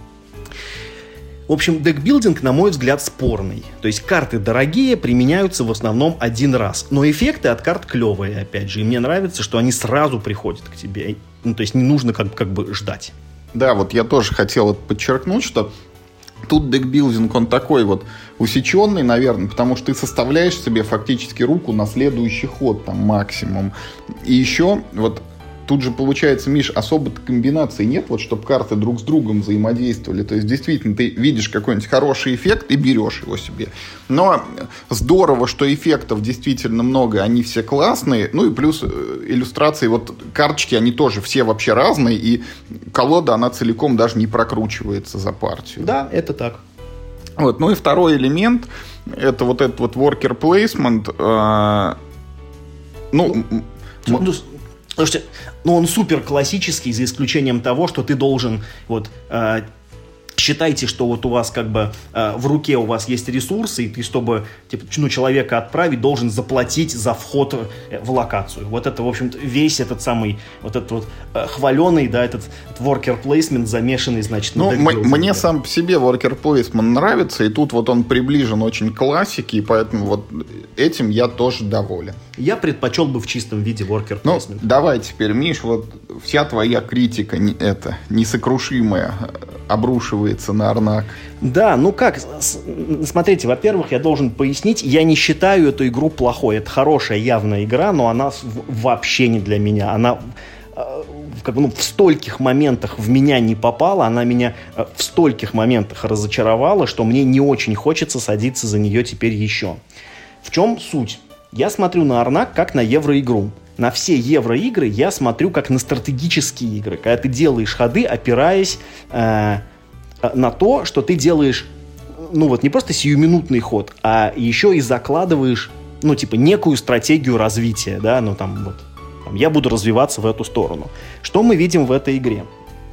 [SPEAKER 2] В общем, декбилдинг, на мой взгляд, спорный. То есть карты дорогие, применяются в основном один раз. Но эффекты от карт клевые, опять же. И мне нравится, что они сразу приходят к тебе. Ну, то есть не нужно как, как бы ждать.
[SPEAKER 1] Да, вот я тоже хотел подчеркнуть, что тут декбилдинг, он такой вот усеченный, наверное, потому что ты составляешь себе фактически руку на следующий ход, там, максимум. И еще, вот, тут же получается, Миш, особо комбинаций нет, вот, чтобы карты друг с другом взаимодействовали. То есть, действительно, ты видишь какой-нибудь хороший эффект и берешь его себе. Но здорово, что эффектов действительно много, они все классные. Ну и плюс иллюстрации, вот, карточки, они тоже все вообще разные, и колода, она целиком даже не прокручивается за партию.
[SPEAKER 2] Да, это так.
[SPEAKER 1] Вот. Ну и второй элемент, это вот этот вот worker placement. Э, ну,
[SPEAKER 2] ну, м- слушайте, ну он супер классический, за исключением того, что ты должен вот... Э, считайте, что вот у вас как бы э, в руке у вас есть ресурсы, и ты, чтобы типа, ну, человека отправить, должен заплатить за вход в локацию. Вот это, в общем-то, весь этот самый, вот этот вот э, хваленый, да, этот, этот worker placement замешанный, значит,
[SPEAKER 1] на ну, м- мне сам по себе worker placement нравится, и тут вот он приближен очень к классике, и поэтому вот этим я тоже доволен.
[SPEAKER 2] Я предпочел бы в чистом виде worker placement.
[SPEAKER 1] Ну, давай теперь, Миш, вот вся твоя критика, не, это, несокрушимая, обрушивается на Арнак.
[SPEAKER 2] Да, ну как, смотрите, во-первых, я должен пояснить, я не считаю эту игру плохой. Это хорошая, явная игра, но она вообще не для меня. Она как бы, ну, в стольких моментах в меня не попала, она меня в стольких моментах разочаровала, что мне не очень хочется садиться за нее теперь еще. В чем суть? Я смотрю на Арнак как на евроигру. На все евроигры я смотрю как на стратегические игры, когда ты делаешь ходы, опираясь э, на то, что ты делаешь, ну вот не просто сиюминутный ход, а еще и закладываешь, ну типа некую стратегию развития, да, ну там вот, там, я буду развиваться в эту сторону. Что мы видим в этой игре?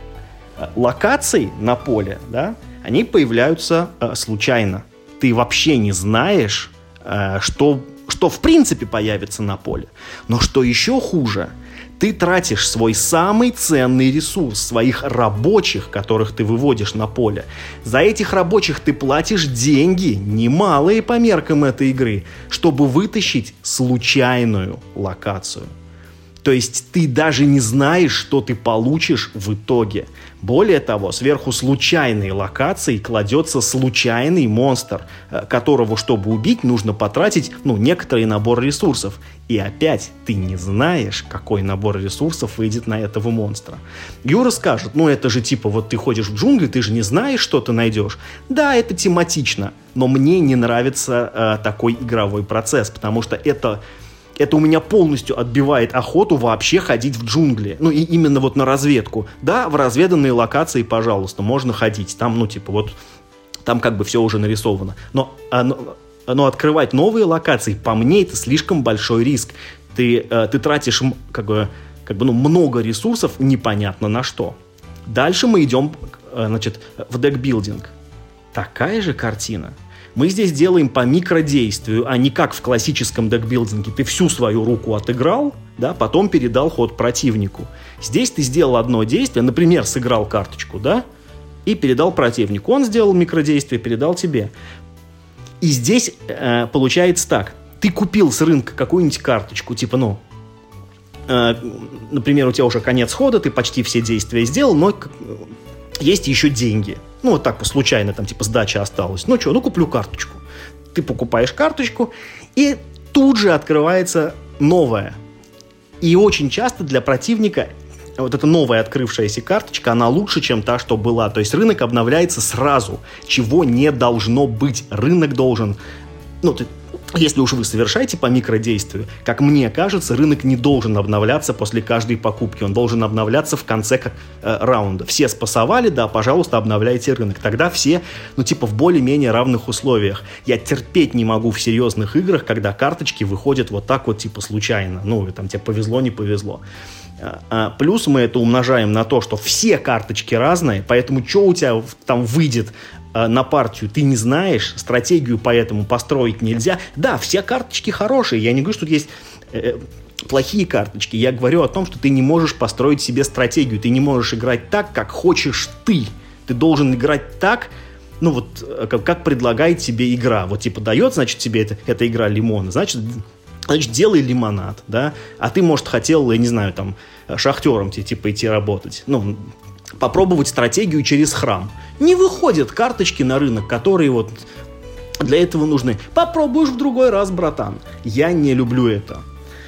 [SPEAKER 2] Локации на поле, да, они появляются э, случайно. Ты вообще не знаешь, э, что... что в принципе появится на поле. Но что еще хуже, ты тратишь свой самый ценный ресурс, своих рабочих, которых ты выводишь на поле. За этих рабочих ты платишь деньги, немалые по меркам этой игры, чтобы вытащить случайную локацию. То есть ты даже не знаешь, что ты получишь в итоге. Более того, сверху случайной локации кладется случайный монстр, которого, чтобы убить, нужно потратить, ну, некоторый набор ресурсов. И опять ты не знаешь, какой набор ресурсов выйдет на этого монстра. Юра скажет, ну это же типа, вот ты ходишь в джунгли, ты же не знаешь, что ты найдешь. Да, это тематично, но мне не нравится э, такой игровой процесс, потому что это... Это у меня полностью отбивает охоту вообще ходить в джунгли. Ну, и именно вот на разведку. Да, в разведанные локации, пожалуйста, можно ходить. Там, ну, типа, вот, там как бы все уже нарисовано. Но, но, но открывать новые локации, по мне, это слишком большой риск. Ты, ты тратишь, как бы, как бы, ну, много ресурсов непонятно на что. Дальше мы идем, значит, в декбилдинг. Такая же картина. Мы здесь делаем по микродействию, а не как в классическом декбилдинге. Ты всю свою руку отыграл, да, потом передал ход противнику. Здесь ты сделал одно действие, например, сыграл карточку, да, и передал противнику. Он сделал микродействие, передал тебе. И здесь э, получается так. Ты купил с рынка какую-нибудь карточку, типа, ну, э, например, у тебя уже конец хода, ты почти все действия сделал, но есть еще деньги. Ну, вот так, случайно, там, типа, сдача осталась. Ну, что, ну, куплю карточку. Ты покупаешь карточку, и тут же открывается новая. И очень часто для противника вот эта новая открывшаяся карточка, она лучше, чем та, что была. То есть рынок обновляется сразу, чего не должно быть. Рынок должен... Ну, ты... Если уж вы совершаете по микродействию, как мне кажется, рынок не должен обновляться после каждой покупки. Он должен обновляться в конце как, э, раунда. Все спасовали, да, пожалуйста, обновляйте рынок. Тогда все, ну, типа, в более-менее равных условиях. Я терпеть не могу в серьезных играх, когда карточки выходят вот так вот, типа, случайно. Ну, там тебе повезло, не повезло. А, плюс мы это умножаем на то, что все карточки разные, поэтому что у тебя там выйдет на партию, ты не знаешь, стратегию поэтому построить нельзя. Да, все карточки хорошие, я не говорю, что тут есть э, плохие карточки, я говорю о том, что ты не можешь построить себе стратегию, ты не можешь играть так, как хочешь ты, ты должен играть так, ну вот, как, как предлагает тебе игра, вот типа дает, значит, тебе это, эта игра лимон, значит, значит, делай лимонад, да, а ты, может, хотел, я не знаю, там, шахтером тебе, типа, идти работать, ну, попробовать стратегию через храм. Не выходят карточки на рынок, которые вот для этого нужны. Попробуешь в другой раз, братан. Я не люблю это.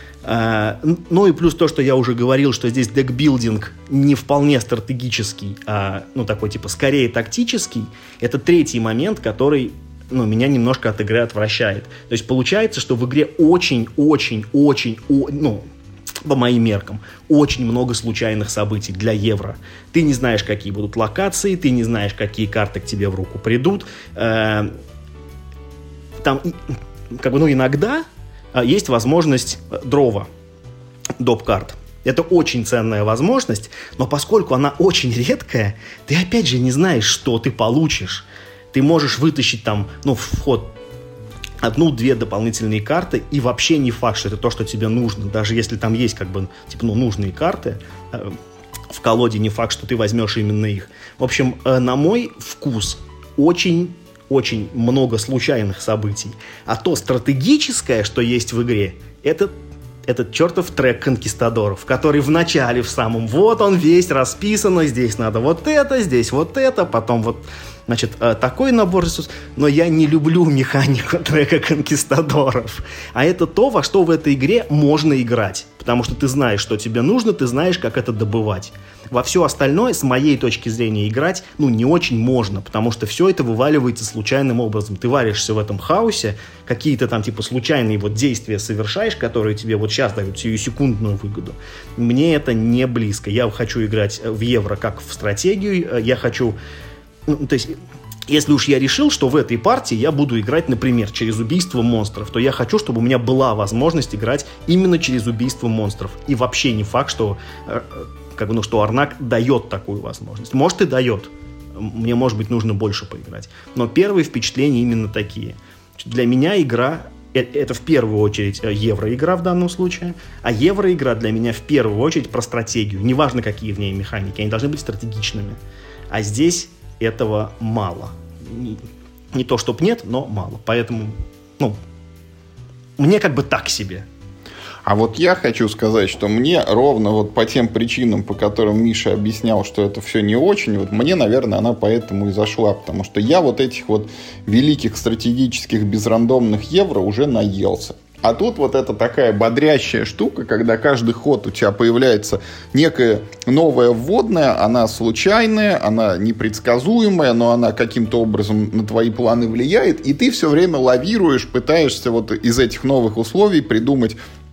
[SPEAKER 2] А, ну и плюс то, что я уже говорил, что здесь декбилдинг не вполне стратегический, а, ну, такой, типа, скорее тактический. Это третий момент, который, ну, меня немножко от игры отвращает. То есть получается, что в игре очень-очень-очень, ну, по моим меркам, очень много случайных событий для евро. Ты не знаешь, какие будут локации, ты не знаешь, какие карты к тебе в руку придут. Там, как бы, ну, иногда есть возможность дрова, доп-карт. Это очень ценная возможность, но поскольку она очень редкая, ты опять же не знаешь, что ты получишь. Ты можешь вытащить там, ну, в ход одну-две дополнительные карты, и вообще не факт, что это то, что тебе нужно. Даже если там есть, как бы, типа, ну, нужные карты э, в колоде, не факт, что ты возьмешь именно их. В общем, э, на мой вкус, очень-очень много случайных событий. А то стратегическое, что есть в игре, это этот чертов трек конкистадоров, который в начале, в самом, вот он весь расписан, здесь надо вот это, здесь вот это, потом вот, значит, такой набор ресурсов. Но я не люблю механику трека конкистадоров. А это то, во что в этой игре можно играть. Потому что ты знаешь, что тебе нужно, ты знаешь, как это добывать. Во все остальное, с моей точки зрения, играть, ну, не очень можно, потому что все это вываливается случайным образом. Ты варишься в этом хаосе, какие-то там, типа, случайные вот действия совершаешь, которые тебе вот сейчас дают сиюсекундную выгоду. Мне это не близко. Я хочу играть в евро как в стратегию, я хочу... Ну, то есть... Если уж я решил, что в этой партии я буду играть, например, через убийство монстров, то я хочу, чтобы у меня была возможность играть именно через убийство монстров. И вообще не факт, что, как бы, ну, что Арнак дает такую возможность. Может, и дает. Мне, может быть, нужно больше поиграть. Но первые впечатления именно такие. Для меня игра... Это в первую очередь евроигра в данном случае, а евроигра для меня в первую очередь про стратегию. Неважно, какие в ней механики, они должны быть стратегичными. А здесь этого мало. Не, не то, чтоб нет, но мало. Поэтому, ну, мне как бы так себе.
[SPEAKER 1] А вот я хочу сказать, что мне ровно вот по тем причинам, по которым Миша объяснял, что это все не очень, вот мне, наверное, она поэтому и зашла, потому что я вот этих вот великих стратегических безрандомных евро уже наелся. А тут вот это такая бодрящая штука, когда каждый ход у тебя появляется некая новая вводная, она случайная, она непредсказуемая, но она каким-то образом на твои планы влияет, и ты все время лавируешь, пытаешься вот из этих новых условий придумать,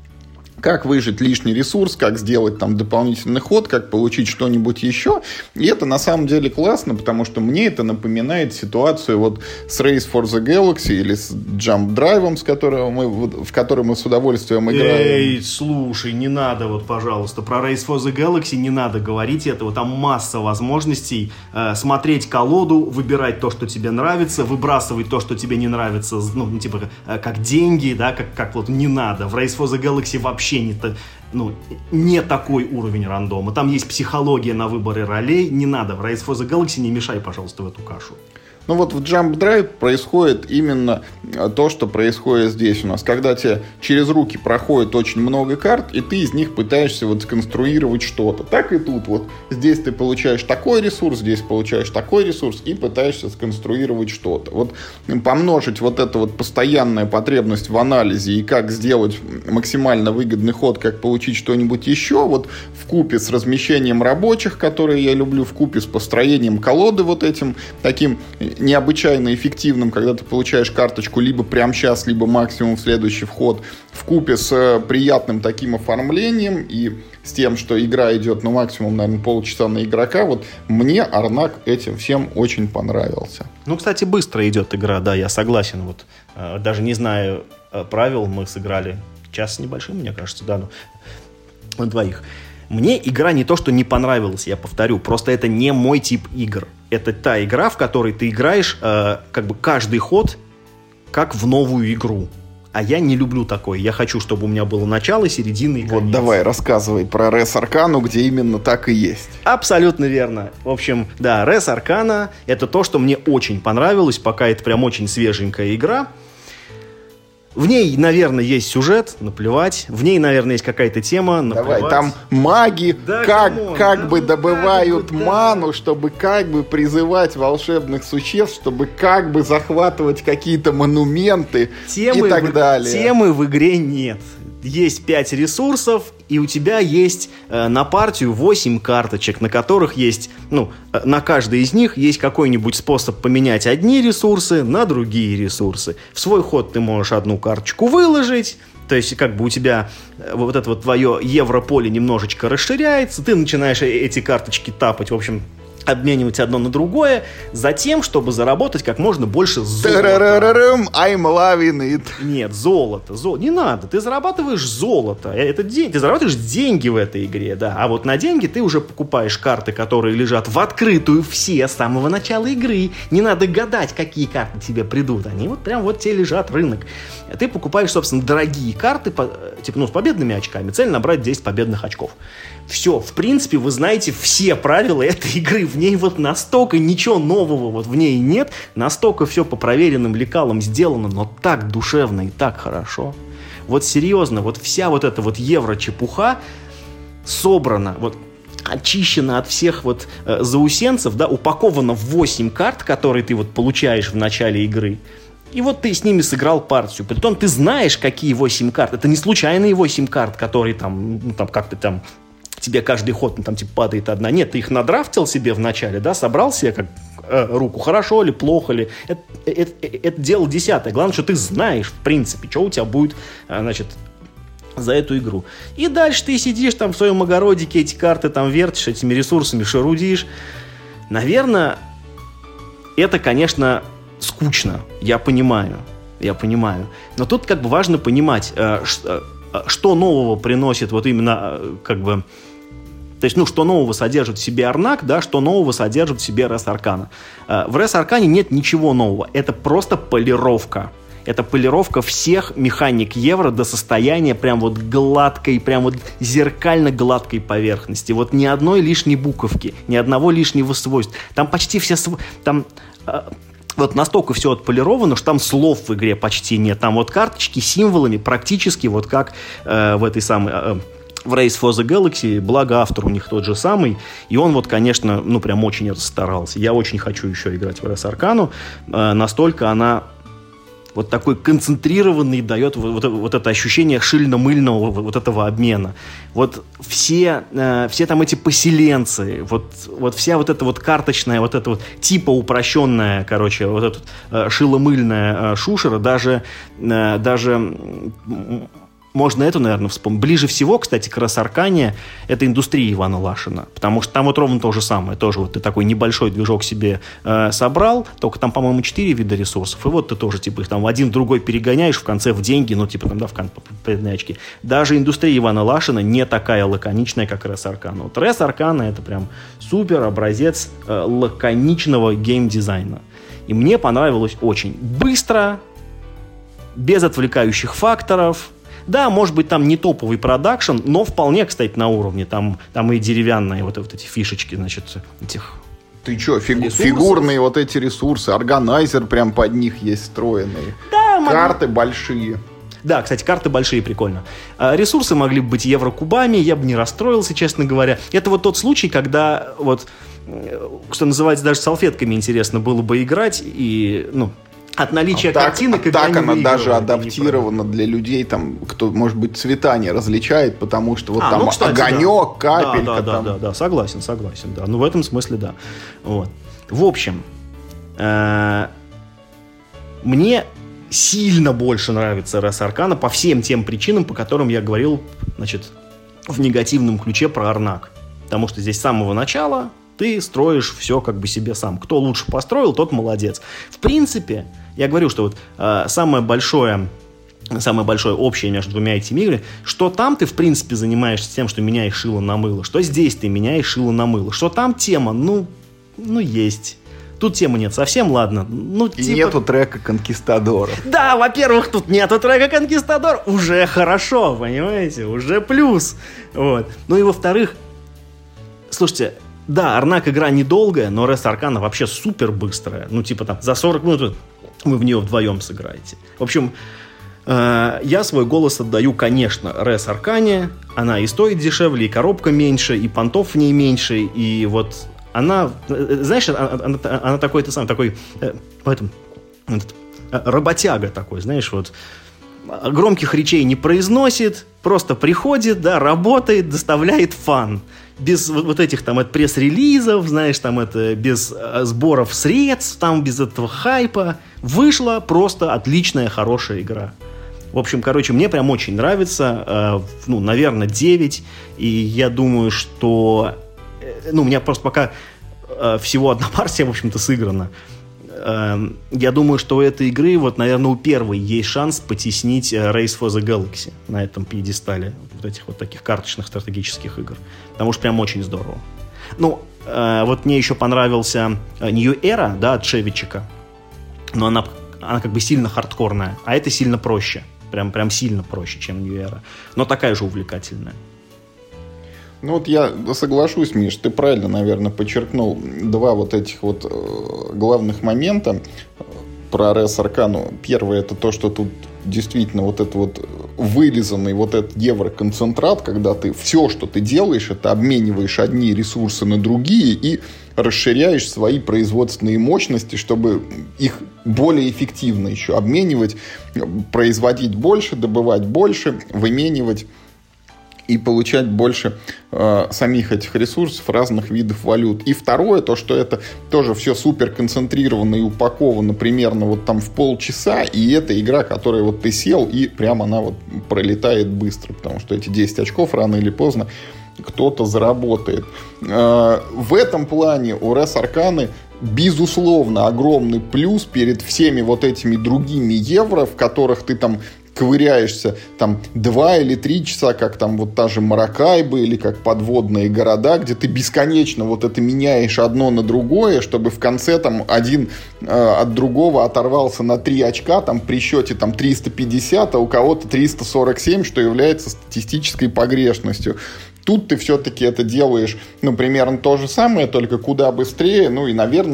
[SPEAKER 1] как выжать лишний ресурс, как сделать там дополнительный ход, как получить что-нибудь еще. И это на самом деле классно, потому что мне это напоминает ситуацию вот с Race for the Galaxy или с Jump Drive, с которого мы, в который мы с удовольствием играем.
[SPEAKER 2] Эй, слушай, не надо вот, пожалуйста, про Race for the Galaxy не надо говорить этого. Там масса возможностей э, смотреть колоду, выбирать то, что тебе нравится, выбрасывать то, что тебе не нравится, ну, типа, э, как деньги, да, как, как вот не надо. В Race for the Galaxy вообще не, ну, не такой уровень рандома. Там есть психология на выборы ролей. Не надо. В Race for the Galaxy не мешай, пожалуйста, в эту кашу.
[SPEAKER 1] Ну вот в Jump Drive происходит именно то, что происходит здесь у нас. Когда тебе через руки проходит очень много карт, и ты из них пытаешься вот сконструировать что-то. Так и тут вот. Здесь ты получаешь такой ресурс, здесь получаешь такой ресурс, и пытаешься сконструировать что-то. Вот помножить вот эту вот постоянную потребность в анализе и как сделать максимально выгодный ход, как получить что-нибудь еще, вот вкупе с размещением рабочих, которые я люблю, вкупе с построением колоды вот этим таким необычайно эффективным, когда ты получаешь карточку либо прямо сейчас, либо максимум в следующий вход, вкупе с приятным таким оформлением и с тем, что игра идет, ну, максимум, наверное, полчаса на игрока, вот мне Арнак этим всем очень понравился.
[SPEAKER 2] Ну, кстати, быстро идет игра, да, я согласен. Вот э, даже не знаю э, правил, мы сыграли час с небольшим, мне кажется, да, ну, на двоих. Мне игра не то, что не понравилась, я повторю, просто это не мой тип игр. Это та игра, в которой ты играешь э, как бы каждый ход как в новую игру. А я не люблю такое. Я хочу, чтобы у меня было начало, середина и конец.
[SPEAKER 1] Вот давай, рассказывай про Рес Аркану, где именно так и есть.
[SPEAKER 2] Абсолютно верно. В общем, да, Рес Аркана — это то, что мне очень понравилось, пока это прям очень свеженькая игра. В ней, наверное, есть сюжет, наплевать. В ней, наверное, есть какая-то тема, наплевать.
[SPEAKER 1] Давай, там маги
[SPEAKER 2] да,
[SPEAKER 1] как,
[SPEAKER 2] камон,
[SPEAKER 1] как
[SPEAKER 2] да,
[SPEAKER 1] бы
[SPEAKER 2] ну,
[SPEAKER 1] добывают
[SPEAKER 2] как бы,
[SPEAKER 1] ману,
[SPEAKER 2] да.
[SPEAKER 1] чтобы как бы призывать волшебных существ, чтобы как бы захватывать какие-то монументы
[SPEAKER 2] темы
[SPEAKER 1] и так
[SPEAKER 2] в,
[SPEAKER 1] далее.
[SPEAKER 2] Темы в игре нет. Есть пять ресурсов, и у тебя есть э, на партию восемь карточек, на которых есть, ну, э, на каждой из них есть какой-нибудь способ поменять одни ресурсы на другие ресурсы. В свой ход ты можешь одну карточку выложить, то есть как бы у тебя э, вот это вот твое европоле немножечко расширяется, ты начинаешь эти карточки тапать, в общем, обменивать одно на другое, затем, чтобы заработать как можно больше золота.
[SPEAKER 1] I'm loving it.
[SPEAKER 2] Нет, золото, золото. Не надо, ты зарабатываешь золото. Это день, ты зарабатываешь деньги в этой игре, да. А вот на деньги ты уже покупаешь карты, которые лежат в открытую все с самого начала игры. Не надо гадать, какие карты тебе придут. Они вот прям вот тебе лежат, рынок. Ты покупаешь, собственно, дорогие карты, типа, ну, с победными очками. Цель набрать десять победных очков. Все, в принципе, вы знаете все правила этой игры. В ней вот настолько ничего нового вот в ней нет. Настолько все по проверенным лекалам сделано, но так душевно и так хорошо. Вот серьезно, вот вся вот эта вот евро-чепуха собрана, вот очищена от всех вот э, заусенцев, да, упакована в восемь карт, которые ты вот получаешь в начале игры. И вот ты с ними сыграл партию. Притом ты знаешь, какие восемь карт. Это не случайные восемь карт, которые там, ну, там как-то там тебе каждый ход, ну, там, типа, падает одна. Нет, ты их надрафтил себе в начале, да, собрал себе как э, руку, хорошо ли, плохо ли. Это, это, это дело десятое. Главное, что ты знаешь, в принципе, что у тебя будет, э, значит, за эту игру. И дальше ты сидишь там в своем огородике, эти карты там вертишь, этими ресурсами шарудишь. Наверное, это, конечно, скучно. Я понимаю. Я понимаю. Но тут как бы важно понимать, э, что, э, что нового приносит вот именно э, как бы... То есть, ну, что нового содержит в себе Арнак, да, что нового содержит в себе Рес Аркана. Э, в Рес Аркане нет ничего нового. Это просто полировка. Это полировка всех механик евро до состояния прям вот гладкой, прям вот зеркально-гладкой поверхности. Вот ни одной лишней буковки, ни одного лишнего свойства. Там почти все... Св... Там... Э, вот настолько все отполировано, что там слов в игре почти нет. Там вот карточки с символами практически вот как э, в этой самой... Э, в Race for the Galaxy, благо автор у них тот же самый, и он вот, конечно, ну, прям очень расстарался. Я очень хочу еще играть в Res Arcana, э, настолько она вот такой концентрированный дает вот, вот, вот это ощущение шильно-мыльного вот этого обмена. Вот все, э, все там эти поселенцы, вот, вот вся вот эта вот карточная, вот эта вот типа упрощенная, короче, вот эта э, шило-мыльная э, шушера, даже, э, даже можно это, наверное, вспомнить. Ближе всего, кстати, к Res Arcana это индустрия Ивана Лашина. Потому что там вот ровно то же самое. Тоже вот ты такой небольшой движок себе э, собрал, только там, по-моему, четыре вида ресурсов. И вот ты тоже, типа, их там в один в другой перегоняешь в конце в деньги, ну, типа, там, да, в конце победные очки. Даже индустрия Ивана Лашина не такая лаконичная, как Res Arcana. Вот Res Arcana это прям супер образец э, лаконичного геймдизайна. И мне понравилось очень быстро, без отвлекающих факторов. Да, может быть, там не топовый продакшн, но вполне, кстати, на уровне. Там, там и деревянные вот, вот эти фишечки, значит, этих...
[SPEAKER 1] Ты что, фигу- фигурные вот эти ресурсы, органайзер прям под них есть встроенные.
[SPEAKER 2] Да,
[SPEAKER 1] карты могли... большие.
[SPEAKER 2] Да, кстати, карты большие, прикольно. Ресурсы могли бы быть еврокубами, я бы не расстроился, честно говоря. Это вот тот случай, когда вот, что называется, даже салфетками интересно было бы играть, и, ну... От наличия
[SPEAKER 1] так,
[SPEAKER 2] картинок...
[SPEAKER 1] Так она даже адаптирована для людей, там, кто, может быть, цвета не различает, потому что вот а, там ну, кстати, огонек, да. капелька.
[SPEAKER 2] Да, да,
[SPEAKER 1] там.
[SPEAKER 2] да, да, да, согласен, согласен, да. Ну, в этом смысле, да. Вот. В общем, э- мне сильно больше нравится Res Arcana по всем тем причинам, по которым я говорил, значит, в негативном ключе про Арнак. Потому что здесь с самого начала ты строишь все как бы себе сам. Кто лучше построил, тот молодец. В принципе, я говорю, что вот э, самое большое, самое большое общее между двумя этими играми, что там ты, в принципе, занимаешься тем, что меняешь шило на мыло, что здесь ты меняешь шило на мыло, что там тема, ну, ну есть. Тут темы нет совсем, ладно. Ну,
[SPEAKER 1] и
[SPEAKER 2] типа...
[SPEAKER 1] нету трека «Конкистадора».
[SPEAKER 2] Да, во-первых, тут нету трека «Конкистадор». Уже хорошо, понимаете? Уже плюс. Вот. Ну и во-вторых, слушайте, да, Арнак игра недолгая, но Res Arcana вообще супер быстрая. Ну, типа там, за сорок минут вы в нее вдвоем сыграете. В общем, э, я свой голос отдаю, конечно, Res Arcana. Она и стоит дешевле, и коробка меньше, и понтов в ней меньше, и вот она, знаешь, она, она, она такой, ты сам, такой, э, поэтому, этот, работяга такой, знаешь, вот, громких речей не произносит, просто приходит, да, работает, доставляет фан. Без вот этих там от пресс-релизов, знаешь, там это без сборов средств, там без этого хайпа. Вышла просто отличная, хорошая игра. В общем, короче, мне прям очень нравится. Э, ну, наверное, девять. И я думаю, что... Э, ну, у меня просто пока э, всего одна партия, в общем-то, сыграна. Э, я думаю, что у этой игры, вот, наверное, у первой есть шанс потеснить Race for the Galaxy на этом пьедестале вот этих вот таких карточных стратегических игр. Потому что прям очень здорово. Ну, э, вот мне еще понравился New Era, да, от Шевичика. Но она, она как бы сильно хардкорная, а это сильно проще. Прям, прям сильно проще, чем New Era. Но такая же увлекательная.
[SPEAKER 1] Ну вот я соглашусь, Миш, ты правильно, наверное, подчеркнул два вот этих вот э, главных момента про Res Arcana. Первое — это то, что тут действительно вот это вот вылизанный вот этот евроконцентрат, когда ты все, что ты делаешь, это обмениваешь одни ресурсы на другие и расширяешь свои производственные мощности, чтобы их более эффективно еще обменивать, производить больше, добывать больше, выменивать и получать больше э, самих этих ресурсов, разных видов валют. И второе, то, что это тоже все супер концентрировано и упаковано примерно вот там в полчаса, и это игра, которая вот ты сел, и прям она вот пролетает быстро, потому что эти десять очков рано или поздно кто-то заработает. Э, в этом плане у Res Arcana безусловно огромный плюс перед всеми вот этими другими евро, в которых ты там ковыряешься там два или три часа, как там вот та же Маракайба или как подводные города, где ты бесконечно вот это меняешь одно на другое, чтобы в конце там один э, от другого оторвался на три очка, там при счете там триста пятьдесят, а у кого-то триста сорок семь, что является статистической погрешностью. Тут ты все-таки это делаешь, ну, примерно то же самое, только куда быстрее, ну, и, наверное,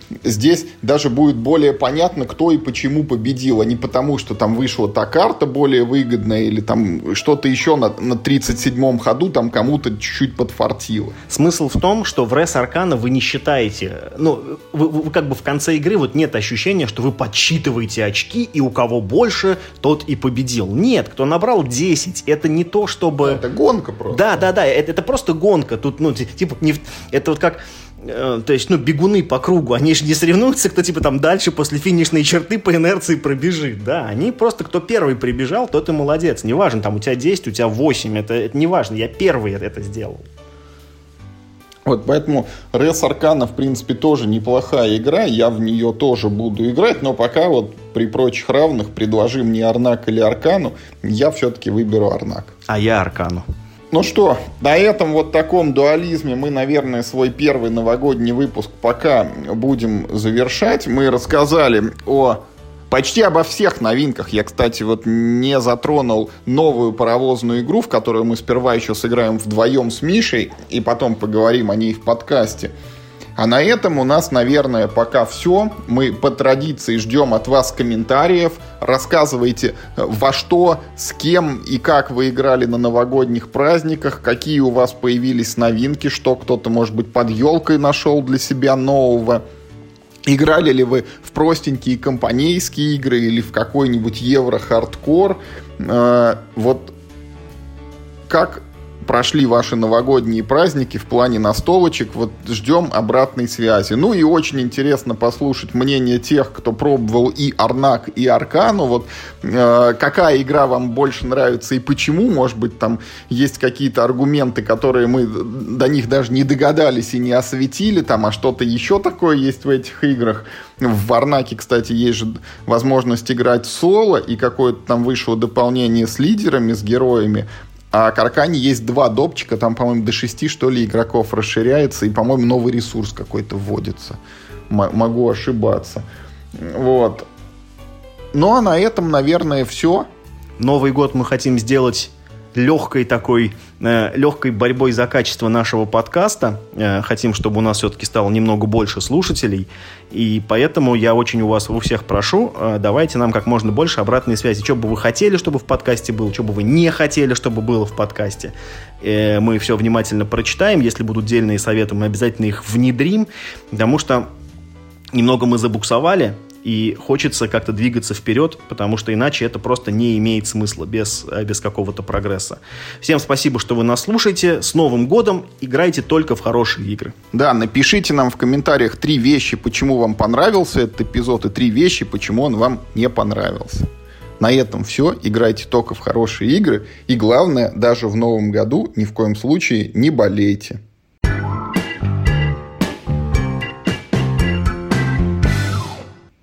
[SPEAKER 1] здесь даже будет более понятно, кто и почему победил, а не потому, что там вышла та карта более выгодная или там что-то еще на, на тридцать седьмом ходу там кому-то чуть-чуть подфартило.
[SPEAKER 2] Смысл в том, что в Res Arcana вы не считаете, ну, вы, вы как бы в конце игры вот нет ощущения, что вы подсчитываете очки, и у кого больше, тот и победил. Нет, кто набрал десять, это не то, чтобы...
[SPEAKER 1] Это гонка просто.
[SPEAKER 2] Да, да, да, это, это просто гонка. Тут, ну, типа, не, это вот как... То есть, ну, бегуны по кругу, они же не соревнуются, кто, типа, там дальше после финишной черты по инерции пробежит, да, они просто, кто первый прибежал, тот и молодец, неважно, там, у тебя десять, у тебя восемь, это, это неважно, я первый это сделал.
[SPEAKER 1] Вот, поэтому Res Arcana, в принципе, тоже неплохая игра, я в нее тоже буду играть, но пока вот при прочих равных предложи мне Арнак или Аркану, я все-таки выберу Арнак.
[SPEAKER 2] А я Аркану.
[SPEAKER 1] Ну что, на этом вот таком дуализме мы, наверное, свой первый новогодний выпуск пока будем завершать. Мы рассказали о почти обо всех новинках. Я, кстати, вот не затронул новую паровозную игру, в которую мы сперва еще сыграем вдвоем с Мишей, и потом поговорим о ней в подкасте. А на этом у нас, наверное, пока все. Мы по традиции ждем от вас комментариев. Рассказывайте, во что, с кем и как вы играли на новогодних праздниках, какие у вас появились новинки, что кто-то, может быть, под елкой нашел для себя нового. Играли ли вы в простенькие компанейские игры или в какой-нибудь евро-хардкор? Вот как прошли ваши новогодние праздники в плане настолочек, вот ждем обратной связи. Ну и очень интересно послушать мнение тех, кто пробовал и Арнак, и Аркану, вот э, какая игра вам больше нравится и почему, может быть, там есть какие-то аргументы, которые мы до них даже не догадались и не осветили, там, а что-то еще такое есть в этих играх. В Арнаке, кстати, есть же возможность играть соло, и какое-то там вышло дополнение с лидерами, с героями. А к Аркане есть два допчика, там, по-моему, до шести, что ли, игроков расширяется, и, по-моему, новый ресурс какой-то вводится. М- могу ошибаться. Вот. Ну, а на этом, наверное, все.
[SPEAKER 2] Новый год мы хотим сделать легкой такой, э, легкой борьбой за качество нашего подкаста. Э, хотим, чтобы у нас все-таки стало немного больше слушателей. И поэтому я очень у вас, у всех прошу, э, давайте нам как можно больше обратной связи. Что бы вы хотели, чтобы в подкасте было, что бы вы не хотели, чтобы было в подкасте. Э, мы все внимательно прочитаем. Если будут дельные советы, мы обязательно их внедрим. Потому что немного мы забуксовали. И хочется как-то двигаться вперед, потому что иначе это просто не имеет смысла без, без какого-то прогресса. Всем спасибо, что вы нас слушаете. С Новым годом! Играйте только в хорошие игры.
[SPEAKER 1] Да, напишите нам в комментариях три вещи, почему вам понравился этот эпизод, и три вещи, почему он вам не понравился. На этом все. Играйте только в хорошие игры. И главное, даже в новом году ни в коем случае не болейте.